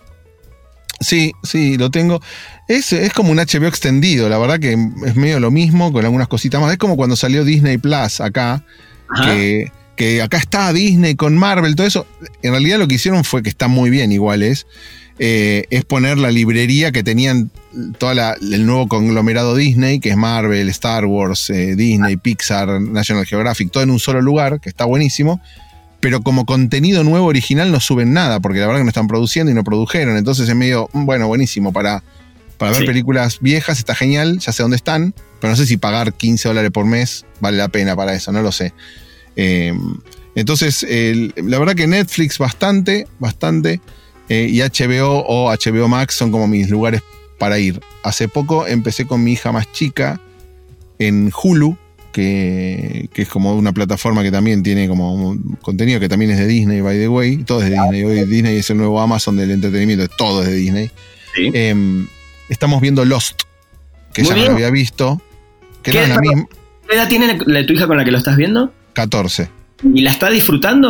[SPEAKER 3] Sí, sí, lo tengo. Es, es como un H B O extendido, la verdad que es medio lo mismo, con algunas cositas más. Es como cuando salió Disney Plus acá, que, que acá está Disney con Marvel, todo eso. En realidad lo que hicieron fue que está muy bien iguales. Eh, es poner la librería que tenían todo el nuevo conglomerado Disney, que es Marvel, Star Wars, eh, Disney, Pixar, National Geographic, todo en un solo lugar, que está buenísimo, pero como contenido nuevo original no suben nada, porque la verdad que no están produciendo y no produjeron, entonces es medio, bueno, buenísimo, para, para ver sí. películas viejas está genial, ya sé dónde están, pero no sé si pagar quince dólares por mes vale la pena para eso, no lo sé. Eh, entonces, eh, la verdad que Netflix bastante, bastante, Eh, y H B O o H B O Max son como mis lugares para ir. Hace poco empecé con mi hija más chica en Hulu, que, que es como una plataforma que también tiene como un contenido que también es de Disney, by the way. Todo es de Disney. Hoy Disney es el nuevo Amazon del entretenimiento, todo es de Disney.
[SPEAKER 4] ¿Sí?
[SPEAKER 3] Eh, estamos viendo Lost, que
[SPEAKER 4] Muy
[SPEAKER 3] ya
[SPEAKER 4] bien.
[SPEAKER 3] no lo había visto. Que
[SPEAKER 4] ¿Qué,
[SPEAKER 3] no es la misma.
[SPEAKER 4] ¿Qué edad tiene la, la, tu hija con la que lo estás viendo?
[SPEAKER 3] catorce.
[SPEAKER 4] ¿Y la está disfrutando?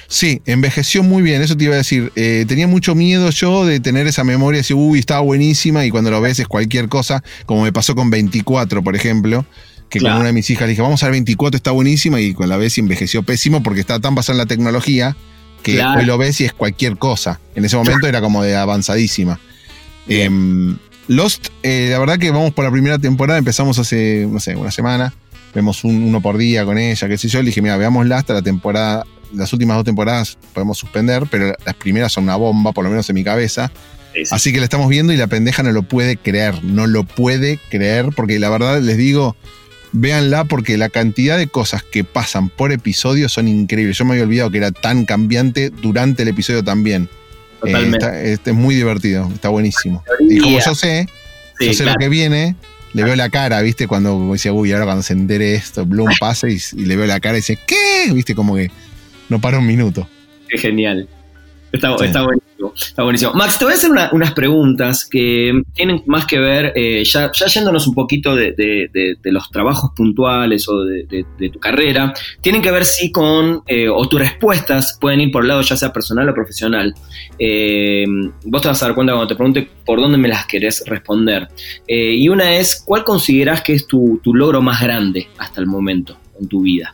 [SPEAKER 3] Sí, envejeció muy bien, eso te iba a decir. Eh, tenía mucho miedo yo de tener esa memoria, decir, uy, estaba buenísima, y cuando lo ves es cualquier cosa, como me pasó con veinticuatro, por ejemplo, que claro. Con una de mis hijas le dije, vamos a ver veinticuatro, está buenísima, y con la ves y envejeció pésimo porque está tan basada en la tecnología que claro. Hoy lo ves y es cualquier cosa. En ese momento claro. Era como de avanzadísima. Eh, Lost, eh, la verdad que vamos por la primera temporada, empezamos hace, no sé, una semana, vemos un, uno por día con ella, qué sé yo, le dije, mira, veámosla hasta la temporada. Las últimas dos temporadas podemos suspender, pero las primeras son una bomba, por lo menos en mi cabeza. Sí, sí. Así que la estamos viendo y la pendeja no lo puede creer, no lo puede creer, porque la verdad les digo, véanla porque la cantidad de cosas que pasan por episodio son increíbles. Yo me había olvidado que era tan cambiante durante el episodio también. Totalmente. Eh, está, es muy divertido, está buenísimo. Y como yo sé, sí, yo sé claro. Lo que viene, le veo la cara, ¿viste? Cuando decía, uy, ahora cuando se entere esto, Bloom pasa y, y le veo la cara y dice, ¿qué? ¿Viste? Como que no para un minuto.
[SPEAKER 4] Qué genial. Está, sí. está buenísimo. Está buenísimo. Max, te voy a hacer una, unas preguntas que tienen más que ver, eh, ya, ya yéndonos un poquito de, de, de, de los trabajos puntuales o de, de, de tu carrera, tienen que ver sí con, eh, o tus respuestas pueden ir por el lado ya sea personal o profesional. Eh, vos te vas a dar cuenta cuando te pregunte por dónde me las querés responder. Eh, y una es, ¿cuál considerás que es tu, tu logro más grande hasta el momento en tu vida?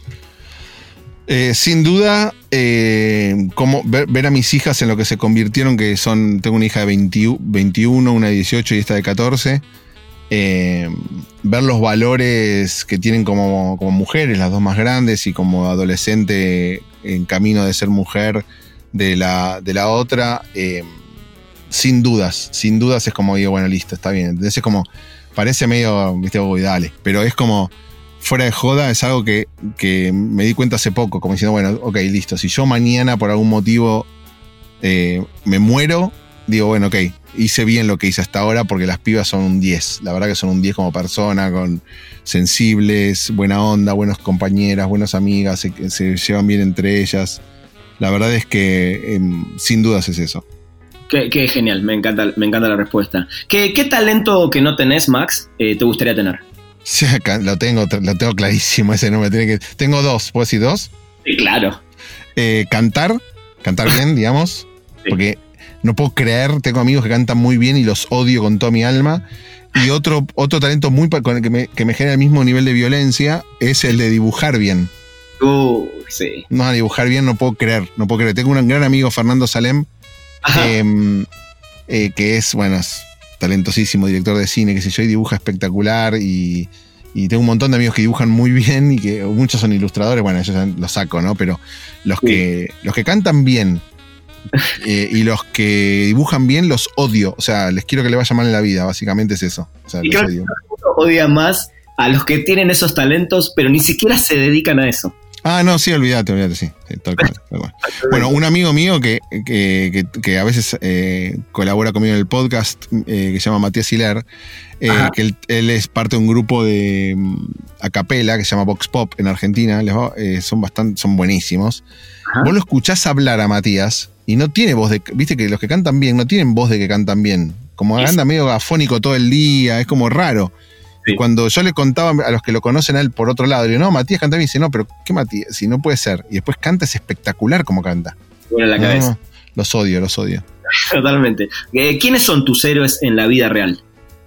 [SPEAKER 3] Eh, sin duda, eh, como ver, ver a mis hijas en lo que se convirtieron, que son, tengo una hija de veinte, veintiuno, una de dieciocho y esta de catorce, eh, ver los valores que tienen como, como mujeres, las dos más grandes, y como adolescente en camino de ser mujer de la, de la otra, eh, sin dudas, sin dudas es como digo, bueno, listo, está bien. Entonces es como, parece medio, viste, uy, dale, pero es como... Fuera de joda, es algo que, que me di cuenta hace poco, como diciendo, bueno, ok, listo, si yo mañana por algún motivo eh, me muero, digo, bueno, ok, hice bien lo que hice hasta ahora porque las pibas son un diez, la verdad que son un diez como persona, con sensibles, buena onda, buenas compañeras, buenas amigas, se, se llevan bien entre ellas, la verdad es que eh, sin dudas es eso.
[SPEAKER 4] Qué, qué genial, me encanta, me encanta la respuesta. ¿Qué, qué talento que no tenés, Max, eh, te gustaría tener?
[SPEAKER 3] Sí, lo tengo, lo tengo clarísimo, ese no me tiene que... Tengo dos, ¿puedo decir dos?
[SPEAKER 4] Sí, claro.
[SPEAKER 3] Eh, cantar, cantar bien, digamos, sí. Porque no puedo creer, tengo amigos que cantan muy bien y los odio con toda mi alma. Y otro, otro talento muy con el que me, que me genera el mismo nivel de violencia es el de dibujar bien.
[SPEAKER 4] Uh, sí.
[SPEAKER 3] No, dibujar bien no puedo creer, no puedo creer. Tengo un gran amigo, Fernando Salem, eh, eh, que es, bueno, es talentosísimo, director de cine, qué sé yo, y dibuja espectacular, y, y tengo un montón de amigos que dibujan muy bien y que muchos son ilustradores, bueno, ellos los saco, ¿no? Pero los sí. que los que cantan bien eh, y los que dibujan bien los odio, o sea, les quiero que le vaya mal en la vida, básicamente es eso. O sea,
[SPEAKER 4] y
[SPEAKER 3] los
[SPEAKER 4] creo odio. Que odia más a los que tienen esos talentos, pero ni siquiera se dedican a eso.
[SPEAKER 3] Ah, no, sí, olvídate, olvídate, sí. sí tal cual, tal cual. Bueno, un amigo mío que, que, que, que a veces eh, colabora conmigo en el podcast, eh, que se llama Matías Hiler, eh, que él, él es parte de un grupo de um, a capela que se llama Vox Pop en Argentina, les va, eh, son bastante, son buenísimos. Ajá. Vos lo escuchás hablar a Matías y no tiene voz de, viste que los que cantan bien no tienen voz de que cantan bien, como anda medio afónico todo el día, es como raro. Sí. Y cuando yo le contaba a los que lo conocen a él por otro lado, le digo, no, Matías canta bien, y dice, no, pero ¿qué Matías? Si no puede ser. Y después canta, es espectacular como canta.
[SPEAKER 4] Bueno, en la cabeza.
[SPEAKER 3] No, los odio, los odio.
[SPEAKER 4] Totalmente. Eh, ¿Quiénes son tus héroes en la vida real?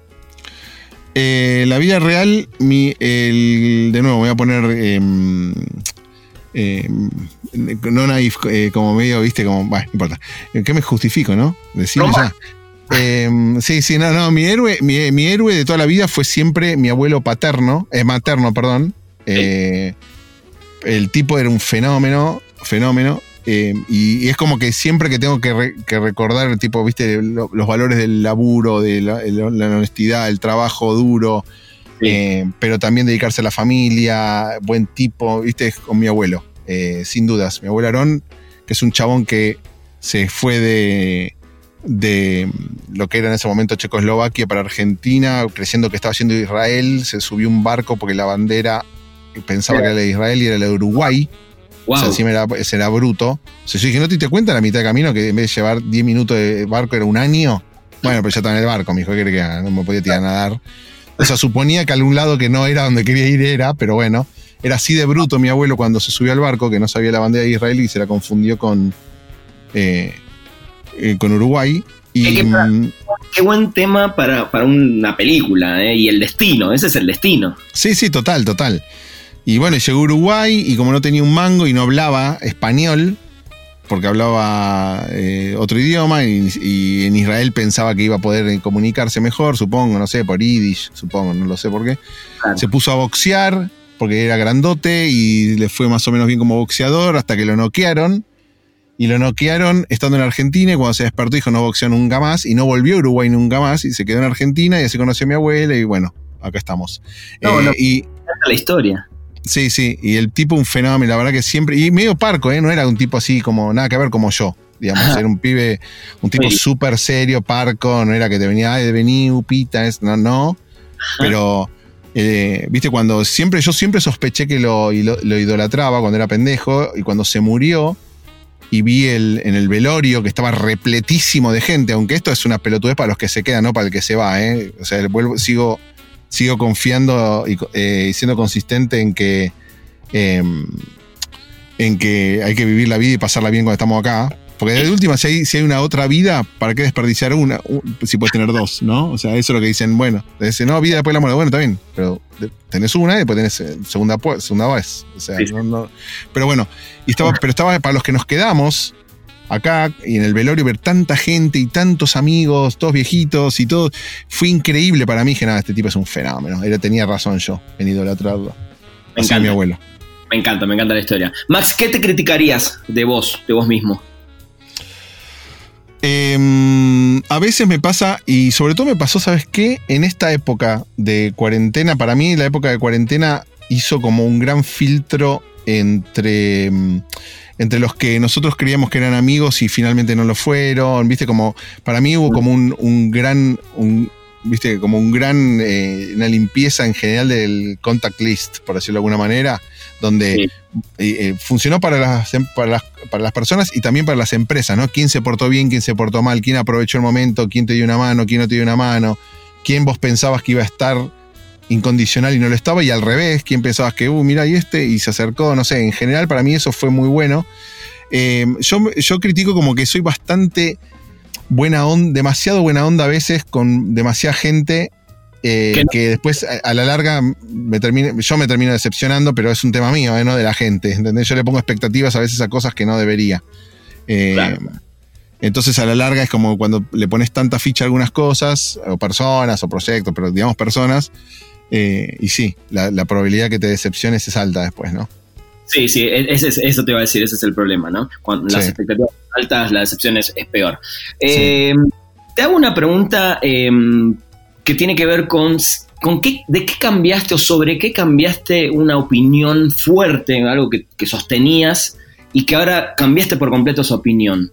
[SPEAKER 3] Eh, la vida real, mi, el, de nuevo, voy a poner eh, eh, no naif, eh, como medio, viste, como, bueno, no importa. ¿Qué me justifico, no? Decirlo ya. Eh, sí, sí, no, no, mi héroe, mi, mi héroe de toda la vida fue siempre mi abuelo paterno, eh, materno, perdón. Eh, el tipo era un fenómeno, fenómeno, eh, y, y es como que siempre que tengo que, re, que recordar el tipo, viste, lo, los valores del laburo, de la, la honestidad, el trabajo duro, sí. eh, pero también dedicarse a la familia, buen tipo, viste, con mi abuelo, eh, sin dudas. Mi abuelo Aarón, que es un chabón que se fue de... de lo que era en ese momento Checoslovaquia para Argentina, creyendo que estaba yendo a Israel, se subió un barco porque la bandera pensaba que era la de Israel y era la de Uruguay. Wow. O sea, encima era, era bruto. O sea, yo dije, ¿no te diste cuenta a la mitad de camino que en vez de llevar diez minutos de barco era un año? Bueno, pero ya estaba en el barco, me dijo, ¿qué crees que no me podía tirar a nadar? O sea, suponía que a algún lado que no era donde quería ir era, pero bueno. era así de bruto mi abuelo cuando se subió al barco, que no sabía la bandera de Israel y se la confundió con, eh, eh, con Uruguay. Y,
[SPEAKER 4] qué, qué, qué buen tema para, para una película, ¿eh? Y el destino, ese es el destino.
[SPEAKER 3] Sí, sí, total, total. Y bueno, llegó a Uruguay y como no tenía un mango y no hablaba español, porque hablaba eh, otro idioma y, y en Israel pensaba que iba a poder comunicarse mejor, supongo, no sé, por Yiddish, supongo, no lo sé por qué. Claro. Se puso a boxear porque era grandote y le fue más o menos bien como boxeador hasta que lo noquearon. Y lo noquearon estando en Argentina y cuando se despertó dijo no boxeó nunca más y no volvió a Uruguay nunca más y se quedó en Argentina y así conoció a mi abuela y bueno, acá estamos.
[SPEAKER 4] No,
[SPEAKER 3] eh,
[SPEAKER 4] no,
[SPEAKER 3] y
[SPEAKER 4] la historia.
[SPEAKER 3] Sí, sí, y el tipo un fenómeno, la verdad que siempre, y medio parco, ¿eh? No era un tipo así como, nada que ver como yo, digamos, Ajá. Era un pibe, un tipo súper sí. serio, parco, no era que te venía, ay, vení, upita, es, no, no, Ajá. pero, eh, viste, cuando siempre, yo siempre sospeché que lo, lo, lo idolatraba cuando era pendejo, y cuando se murió, y vi el, en el velorio que estaba repletísimo de gente, aunque esto es una pelotudez para los que se quedan, no para el que se va, ¿eh? O sea, vuelvo, sigo... Sigo confiando y eh, siendo consistente en que eh, en que hay que vivir la vida y pasarla bien cuando estamos acá. Porque de última, si hay, si hay una otra vida, ¿para qué desperdiciar una? Un, si puedes tener dos, ¿no? O sea, eso es lo que dicen, bueno, dicen, no, vida después de la muerte. Bueno, está bien, pero tenés una y después tenés segunda, segunda vez. O sea, no, no. Pero bueno, y estaba, pero estaba para los que nos quedamos acá y en el velorio ver tanta gente y tantos amigos, todos viejitos y todo, fue increíble para mí que nada, este tipo es un fenómeno. Era, tenía razón yo en idolatrarlo.
[SPEAKER 4] Me encanta. Mi abuelo. Me encanta, me encanta la historia. Max, ¿qué te criticarías de vos, de vos mismo?
[SPEAKER 3] Eh, a veces me pasa, y sobre todo me pasó, ¿sabes qué? En esta época de cuarentena, para mí la época de cuarentena hizo como un gran filtro entre... entre los que nosotros creíamos que eran amigos y finalmente no lo fueron, viste, como, para mí hubo como un, un gran, un, viste, como un gran, eh, una limpieza en general del contact list, por decirlo de alguna manera, donde sí. eh, funcionó para las, para, las, para las personas y también para las empresas, ¿no? Quién se portó bien, quién se portó mal, quién aprovechó el momento, quién te dio una mano, quién no te dio una mano, quién vos pensabas que iba a estar incondicional y no lo estaba, y al revés, quién pensabas que, uh, mira, y este, y se acercó, no sé, en general para mí eso fue muy bueno. Eh, yo, yo critico como que soy bastante buena onda, demasiado buena onda a veces con demasiada gente eh, que después a, a la larga me termine, yo me termino decepcionando, pero es un tema mío, eh, no de la gente, ¿entendés? Yo le pongo expectativas a veces a cosas que no debería. Eh, claro. Entonces a la larga es como cuando le pones tanta ficha a algunas cosas, o personas, o proyectos, pero digamos personas, Eh, y sí, la, la probabilidad que te decepciones es alta después, ¿no?
[SPEAKER 4] Sí, sí, ese, eso te iba a decir, ese es el problema, ¿no? Cuando las sí. expectativas altas, la decepción es, es peor. Eh, sí. Te hago una pregunta eh, que tiene que ver con, con qué, de qué cambiaste o sobre qué cambiaste una opinión fuerte, algo que, que sostenías y que ahora cambiaste por completo esa opinión.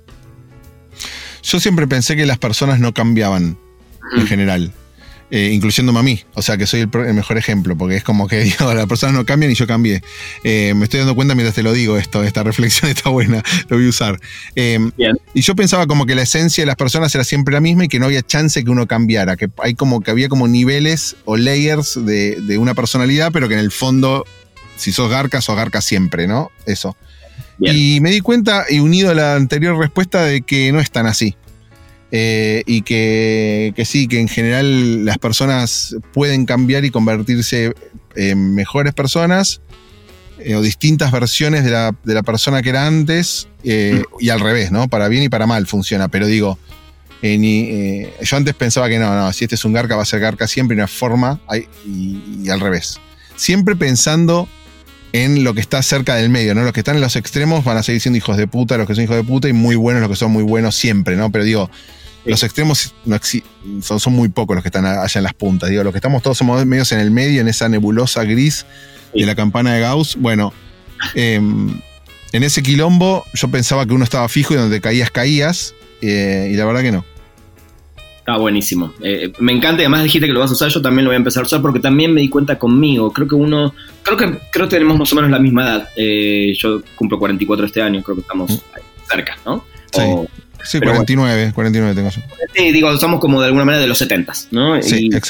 [SPEAKER 3] Yo siempre pensé que las personas no cambiaban uh-huh. en general. Eh, incluyéndome a mí, o sea que soy el, el mejor ejemplo, porque es como que digo, las personas no cambian y yo cambié. Eh, me estoy dando cuenta mientras te lo digo esto, esta reflexión está buena, lo voy a usar. Eh, y yo pensaba como que la esencia de las personas era siempre la misma y que no había chance que uno cambiara, que hay como que había como niveles o layers de, de una personalidad, pero que en el fondo, si sos garca, sos garca siempre, ¿no? Eso. Bien. Y me di cuenta, y unido a la anterior respuesta, de que no es tan así. Eh, y que, que sí, que en general las personas pueden cambiar y convertirse en mejores personas eh, o distintas versiones de la, de la persona que era antes eh, y al revés, ¿no? Para bien y para mal funciona, pero digo, eh, ni, eh, yo antes pensaba que no, no, si este es un garca va a ser garca siempre y una forma hay, y, y al revés. Siempre pensando en lo que está cerca del medio, ¿no? Los que están en los extremos van a seguir siendo hijos de puta, los que son hijos de puta, y muy buenos los que son muy buenos siempre, ¿no? Pero digo, sí. los extremos no exi- son, son muy pocos los que están allá en las puntas. Digo, los que estamos todos somos medios en el medio, en esa nebulosa gris sí. de la campana de Gauss. Bueno, eh, en ese quilombo yo pensaba que uno estaba fijo y donde caías, caías, eh, y la verdad que no.
[SPEAKER 4] Está buenísimo. Eh, me encanta, y además dijiste que lo vas a usar, yo también lo voy a empezar a usar porque también me di cuenta conmigo. Creo que uno, creo que creo que tenemos más o menos la misma edad. Eh, yo cumplo cuarenta y cuatro este año, creo que estamos ahí, cerca, ¿no?
[SPEAKER 3] Sí, o, sí cuarenta y nueve, bueno. cuarenta y nueve tengo yo.
[SPEAKER 4] Sí, digo, somos como de alguna manera de los setentas, ¿no?
[SPEAKER 3] Sí,
[SPEAKER 4] y,
[SPEAKER 3] exacto.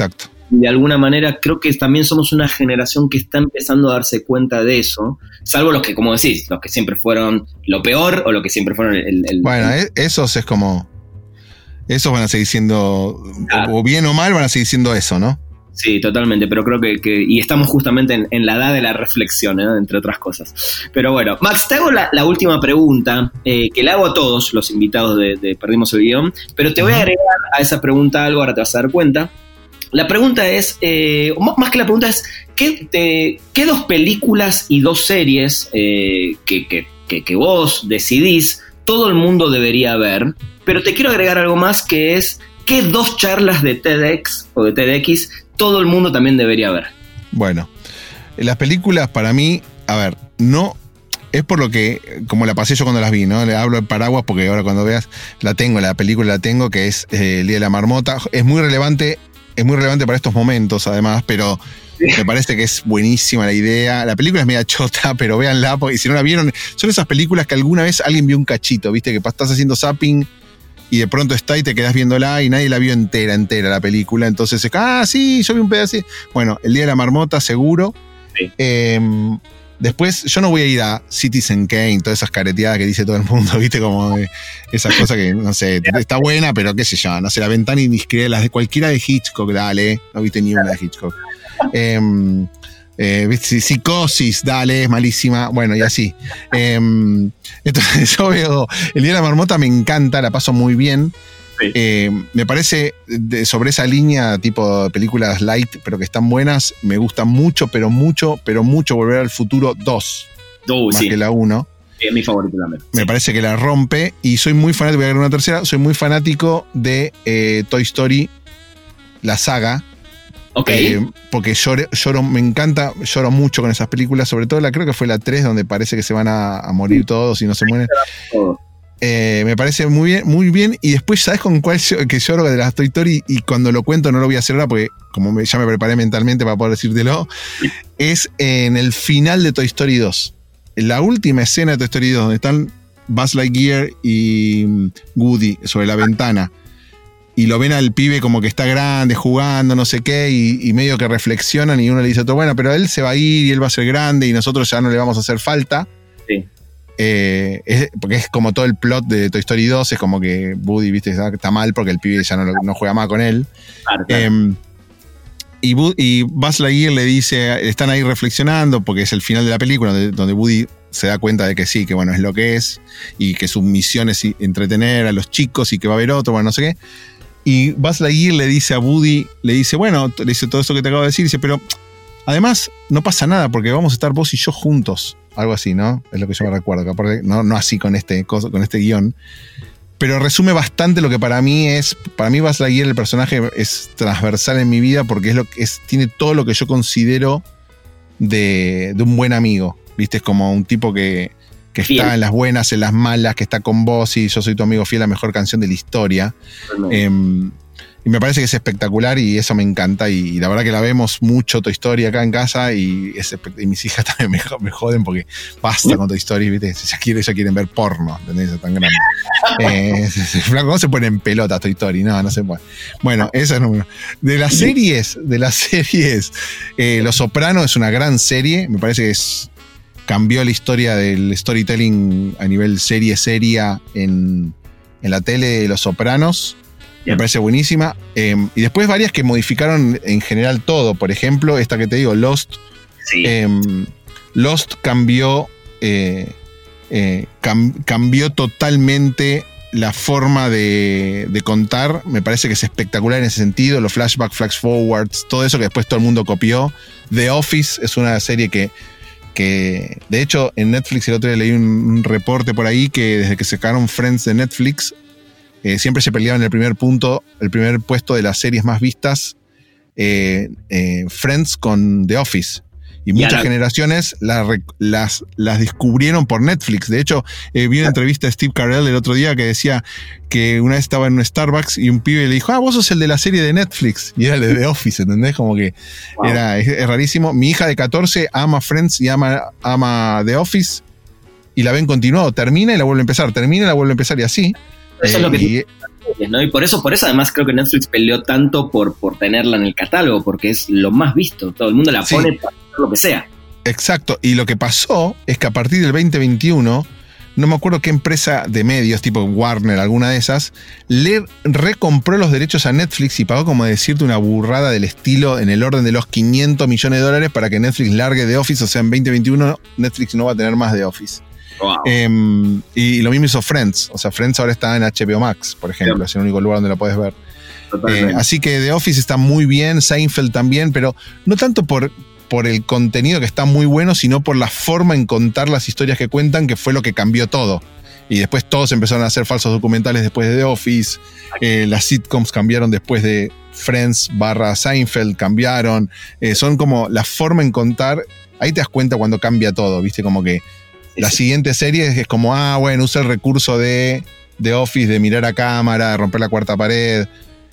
[SPEAKER 4] De alguna manera creo que también somos una generación que está empezando a darse cuenta de eso, salvo los que, como decís, los que siempre fueron lo peor o los que siempre fueron el... el
[SPEAKER 3] bueno,
[SPEAKER 4] el,
[SPEAKER 3] esos es como... Esos van a seguir siendo, ah, o bien o mal, van a seguir siendo eso, ¿no?
[SPEAKER 4] Sí, totalmente, pero creo que, que y estamos justamente en, en la edad de la reflexión, ¿eh? Entre otras cosas. Pero bueno, Max, te hago la, la última pregunta, eh, que le hago a todos los invitados de, de Perdimos el Guión, pero te voy a agregar a esa pregunta algo, ahora te vas a dar cuenta. La pregunta es, eh, más que la pregunta es, ¿qué, te, ¿qué dos películas y dos series eh, que, que, que, que vos decidís todo el mundo debería ver? Pero te quiero agregar algo más, que es, ¿qué dos charlas de TEDx o de TEDx todo el mundo también debería ver?
[SPEAKER 3] Bueno, las películas para mí, a ver, no es por lo que, como la pasé yo cuando las vi, ¿no? Le hablo en paraguas porque ahora cuando veas, la tengo, la película la tengo, que es eh, El Día de la Marmota. Es muy relevante, es muy relevante para estos momentos además, pero me parece que es buenísima la idea. La película es media chota, pero véanla, porque si no la vieron, son esas películas que alguna vez alguien vio un cachito, ¿viste? Que estás haciendo zapping y de pronto está y te quedás viéndola y nadie la vio entera, entera la película. Entonces es, ah, sí, yo vi un pedacito. Bueno, El Día de la Marmota, seguro. Sí. Eh, después, yo no voy a ir a Citizen Kane, todas esas careteadas que dice todo el mundo, ¿viste? Como de esas cosas que, no sé, está buena, pero qué sé yo, no sé, La Ventana Indiscreta, las de cualquiera de Hitchcock, dale, no viste ni una de Hitchcock. Eh, Eh, Psicosis, dale, es malísima. Bueno, y así. Eh, entonces yo veo El Día de la Marmota, me encanta, la paso muy bien. Sí. Eh, me parece de, sobre esa línea tipo películas light, pero que están buenas, me gusta mucho, pero mucho, pero mucho Volver al Futuro dos. Uh, más sí. que la uno.
[SPEAKER 4] Es mi favorito también.
[SPEAKER 3] Me sí. parece que la rompe. Y soy muy fanático, voy a agregar una tercera, soy muy fanático de eh, Toy Story, la saga.
[SPEAKER 4] Okay.
[SPEAKER 3] Eh, porque lloro, lloro, me encanta, lloro mucho con esas películas, sobre todo la creo que fue la tres, donde parece que se van a, a morir todos y no se mueren. Eh, me parece muy bien, muy bien. Y después, ¿sabes con cuál que lloro de las Toy Story? Y cuando lo cuento no lo voy a hacer ahora porque como me, ya me preparé mentalmente para poder decírtelo. Es en el final de Toy Story dos. En la última escena de Toy Story dos, donde están Buzz Lightyear y Woody sobre la ventana. Y lo ven al pibe como que está grande, jugando, no sé qué, y, y medio que reflexionan y uno le dice a otro, bueno, pero él se va a ir y él va a ser grande y nosotros ya no le vamos a hacer falta.
[SPEAKER 4] Sí.
[SPEAKER 3] Eh, es, porque es como todo el plot de Toy Story dos, es como que Woody, viste, está mal porque el pibe ya no, no juega más con él. Claro, claro. Eh, y, y Buzz Lightyear le dice, están ahí reflexionando, porque es el final de la película, donde, donde Woody se da cuenta de que sí, que bueno, es lo que es, y que su misión es entretener a los chicos y que va a haber otro, bueno, no sé qué. Y Buzz Lightyear le dice a Woody, le dice, bueno, le dice todo esto que te acabo de decir, dice, pero además no pasa nada porque vamos a estar vos y yo juntos. Algo así, ¿no? Es lo que yo me recuerdo, que aparte, no, no así con este, con este guión. Pero resume bastante lo que para mí es, para mí Buzz Lightyear, el personaje, es transversal en mi vida porque es lo que es, tiene todo lo que yo considero de, de un buen amigo. ¿Viste? Es como un tipo que, que está en las buenas, en las malas, que está con vos y Yo soy tu amigo fiel, la mejor canción de la historia. No. Eh, y me parece que es espectacular y eso me encanta. Y, y la verdad que la vemos mucho Toy Story acá en casa y, es, y mis hijas también me, me joden porque basta con Toy Story, ¿viste? Ya quieren, ya quieren ver porno, ¿entendés? Es tan grande. eh, no se ponen en pelota Toy Story, no, no se puede. Bueno, esa es número. De las series, de las series, eh, Los Soprano es una gran serie, me parece que es cambió la historia del storytelling a nivel serie seria en, en la tele de Los Sopranos. Yeah. Me parece buenísima. Eh, y después varias que modificaron en general todo. Por ejemplo, esta que te digo, Lost.
[SPEAKER 4] Sí.
[SPEAKER 3] Eh, Lost cambió, eh, eh, cam, cambió totalmente la forma de, de contar. Me parece que es espectacular en ese sentido. Los flashbacks, flash forwards, todo eso que después todo el mundo copió. The Office es una serie que que de hecho en Netflix el otro día leí un, un reporte por ahí que desde que sacaron Friends de Netflix eh, siempre se peleaban el primer punto, el primer puesto de las series más vistas, eh, eh, Friends con The Office. Y muchas yeah, generaciones las, las, las descubrieron por Netflix. De hecho, eh, vi una entrevista de Steve Carell el otro día que decía que una vez estaba en un Starbucks y un pibe le dijo, ah, vos sos el de la serie de Netflix. Y era el de The Office, ¿entendés? Como que wow. era, es, es rarísimo. Mi hija de catorce ama Friends y ama, ama The Office y la ven continuado. Termina y la vuelve a empezar, termina y la vuelve a empezar y así.
[SPEAKER 4] Eso
[SPEAKER 3] eh,
[SPEAKER 4] es lo que
[SPEAKER 3] y,
[SPEAKER 4] tiene, ¿no? Y por eso, por eso además creo que Netflix peleó tanto por, por tenerla en el catálogo, porque es lo más visto. Todo el mundo la pone sí. para hacer lo que sea.
[SPEAKER 3] Exacto. Y lo que pasó es que a partir del veinte veintiuno, no me acuerdo qué empresa de medios, tipo Warner, alguna de esas, le recompró los derechos a Netflix y pagó, como decirte, una burrada del estilo en el orden de los quinientos millones de dólares para que Netflix largue The Office. O sea, en veinte veintiuno Netflix no va a tener más The Office.
[SPEAKER 4] Wow.
[SPEAKER 3] Eh, y lo mismo hizo Friends. O sea, Friends ahora está en H B O Max, por ejemplo. Sí. Es el único lugar donde lo puedes ver. Eh, así que The Office está muy bien, Seinfeld también, pero no tanto por... por el contenido que está muy bueno, sino por la forma en contar las historias que cuentan, que fue lo que cambió todo. Y después todos empezaron a hacer falsos documentales después de The Office, eh, las sitcoms cambiaron después de Friends barra Seinfeld, cambiaron, eh, son como la forma en contar, ahí te das cuenta cuando cambia todo, viste, como que sí, la sí. siguiente serie es como, ah, bueno, usa el recurso de The Office, de mirar a cámara, de romper la cuarta pared,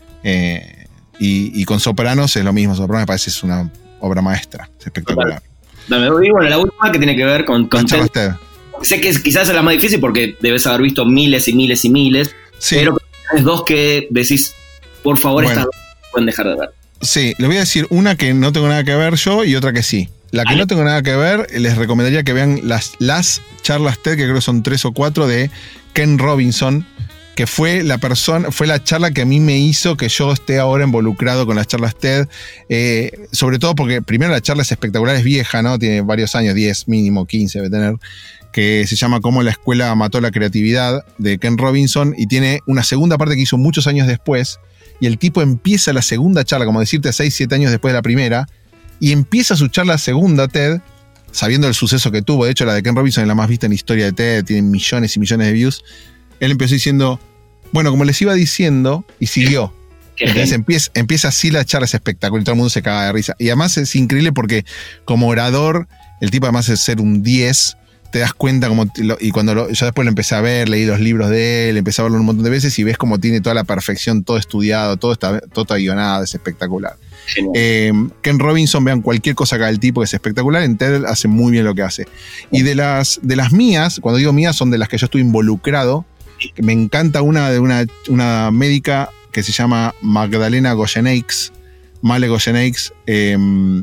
[SPEAKER 3] eh, y, y con Sopranos es lo mismo. Sopranos me parece es una obra maestra, es espectacular.
[SPEAKER 4] Dame, y bueno, la última que tiene que ver con, con Ted. Sé que es, quizás es la más difícil porque debes haber visto miles y miles y miles, sí. pero es dos que decís, por favor, bueno, estas dos pueden dejar de ver.
[SPEAKER 3] Sí, les voy a decir una que no tengo nada que ver yo y otra que sí. La que ¿Vale? no tengo nada que ver, les recomendaría que vean las, las charlas TED, que creo que son tres o cuatro, de Ken Robinson, que fue la persona, fue la charla que a mí me hizo que yo esté ahora involucrado con las charlas TED, eh, sobre todo porque primero la charla es espectacular, es vieja, ¿no? Tiene varios años, diez mínimo, quince debe tener, que se llama Cómo la escuela mató la creatividad, de Ken Robinson, y tiene una segunda parte que hizo muchos años después, y el tipo empieza la segunda charla, como decirte, seis, siete años después de la primera, y empieza su charla segunda TED, sabiendo el suceso que tuvo. De hecho, la de Ken Robinson es la más vista en la historia de TED, tiene millones y millones de views. Él empezó diciendo, bueno, como les iba diciendo, y siguió. Entonces empieza, empieza así la charla, es espectacular, y todo el mundo se caga de risa. Y además es increíble porque como orador, el tipo además de ser un diez, te das cuenta como, y cuando lo, yo después lo empecé a ver, leí los libros de él, empecé a verlo un montón de veces y ves como tiene toda la perfección, todo estudiado, todo está, todo está guionado, es espectacular. Eh, Ken Robinson, vean cualquier cosa que haga el tipo, que es espectacular. En TED hace muy bien lo que hace. Y de las, de las mías, cuando digo mías, son de las que yo estoy involucrado. Me encanta una de una, una médica que se llama Magdalena Goyenex, Male Goyenex, eh,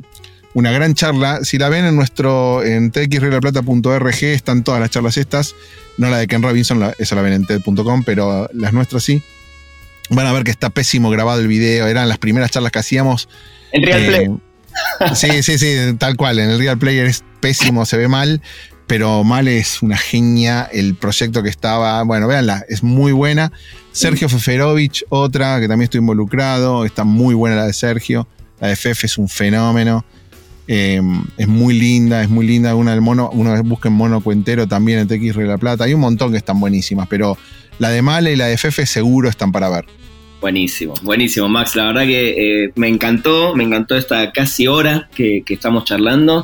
[SPEAKER 3] una gran charla. Si la ven en nuestro, en t x regla plata punto org, están todas las charlas estas, no la de Ken Robinson, la, esa la ven en ted punto com, pero las nuestras sí. Van a ver que está pésimo grabado el video, eran las primeras charlas que hacíamos.
[SPEAKER 4] En Real eh, Play.
[SPEAKER 3] Sí, sí, sí, tal cual, en el Real Player es pésimo, se ve mal. Pero Male es una genia, el proyecto que estaba, bueno, véanla, es muy buena. Sergio Feferovich, otra que también estoy involucrado, está muy buena la de Sergio. La de Fefe es un fenómeno, eh, es muy linda, es muy linda. Una del mono, una busquen Mono Cuentero también en T X Regla Plata. Hay un montón que están buenísimas, pero la de Male y la de Fefe seguro están para ver.
[SPEAKER 4] Buenísimo, buenísimo, Max. La verdad que eh, me encantó, me encantó esta casi hora que, que estamos charlando.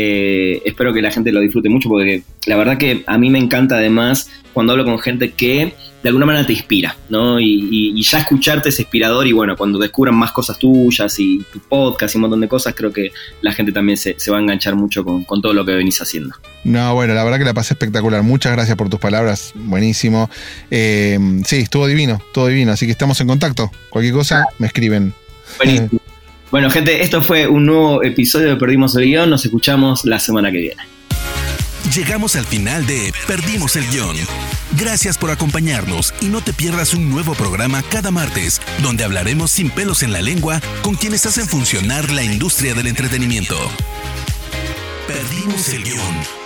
[SPEAKER 4] Eh, espero que la gente lo disfrute mucho porque la verdad que a mí me encanta además cuando hablo con gente que de alguna manera te inspira, ¿no? Y, y, y ya escucharte es inspirador y bueno, cuando descubran más cosas tuyas y tu podcast y un montón de cosas, creo que la gente también se, se va a enganchar mucho con, con todo lo que venís haciendo.
[SPEAKER 3] No, bueno, la verdad que la pasé espectacular. Muchas gracias por tus palabras, buenísimo. Eh, sí, estuvo divino, estuvo divino, así que estamos en contacto. Cualquier cosa, me escriben.
[SPEAKER 4] Buenísimo. Bueno, gente, esto fue un nuevo episodio de Perdimos el Guión. Nos escuchamos la semana que viene.
[SPEAKER 1] Llegamos al final de Perdimos el Guión. Gracias por acompañarnos y no te pierdas un nuevo programa cada martes, donde hablaremos sin pelos en la lengua con quienes hacen funcionar la industria del entretenimiento. Perdimos el Guión.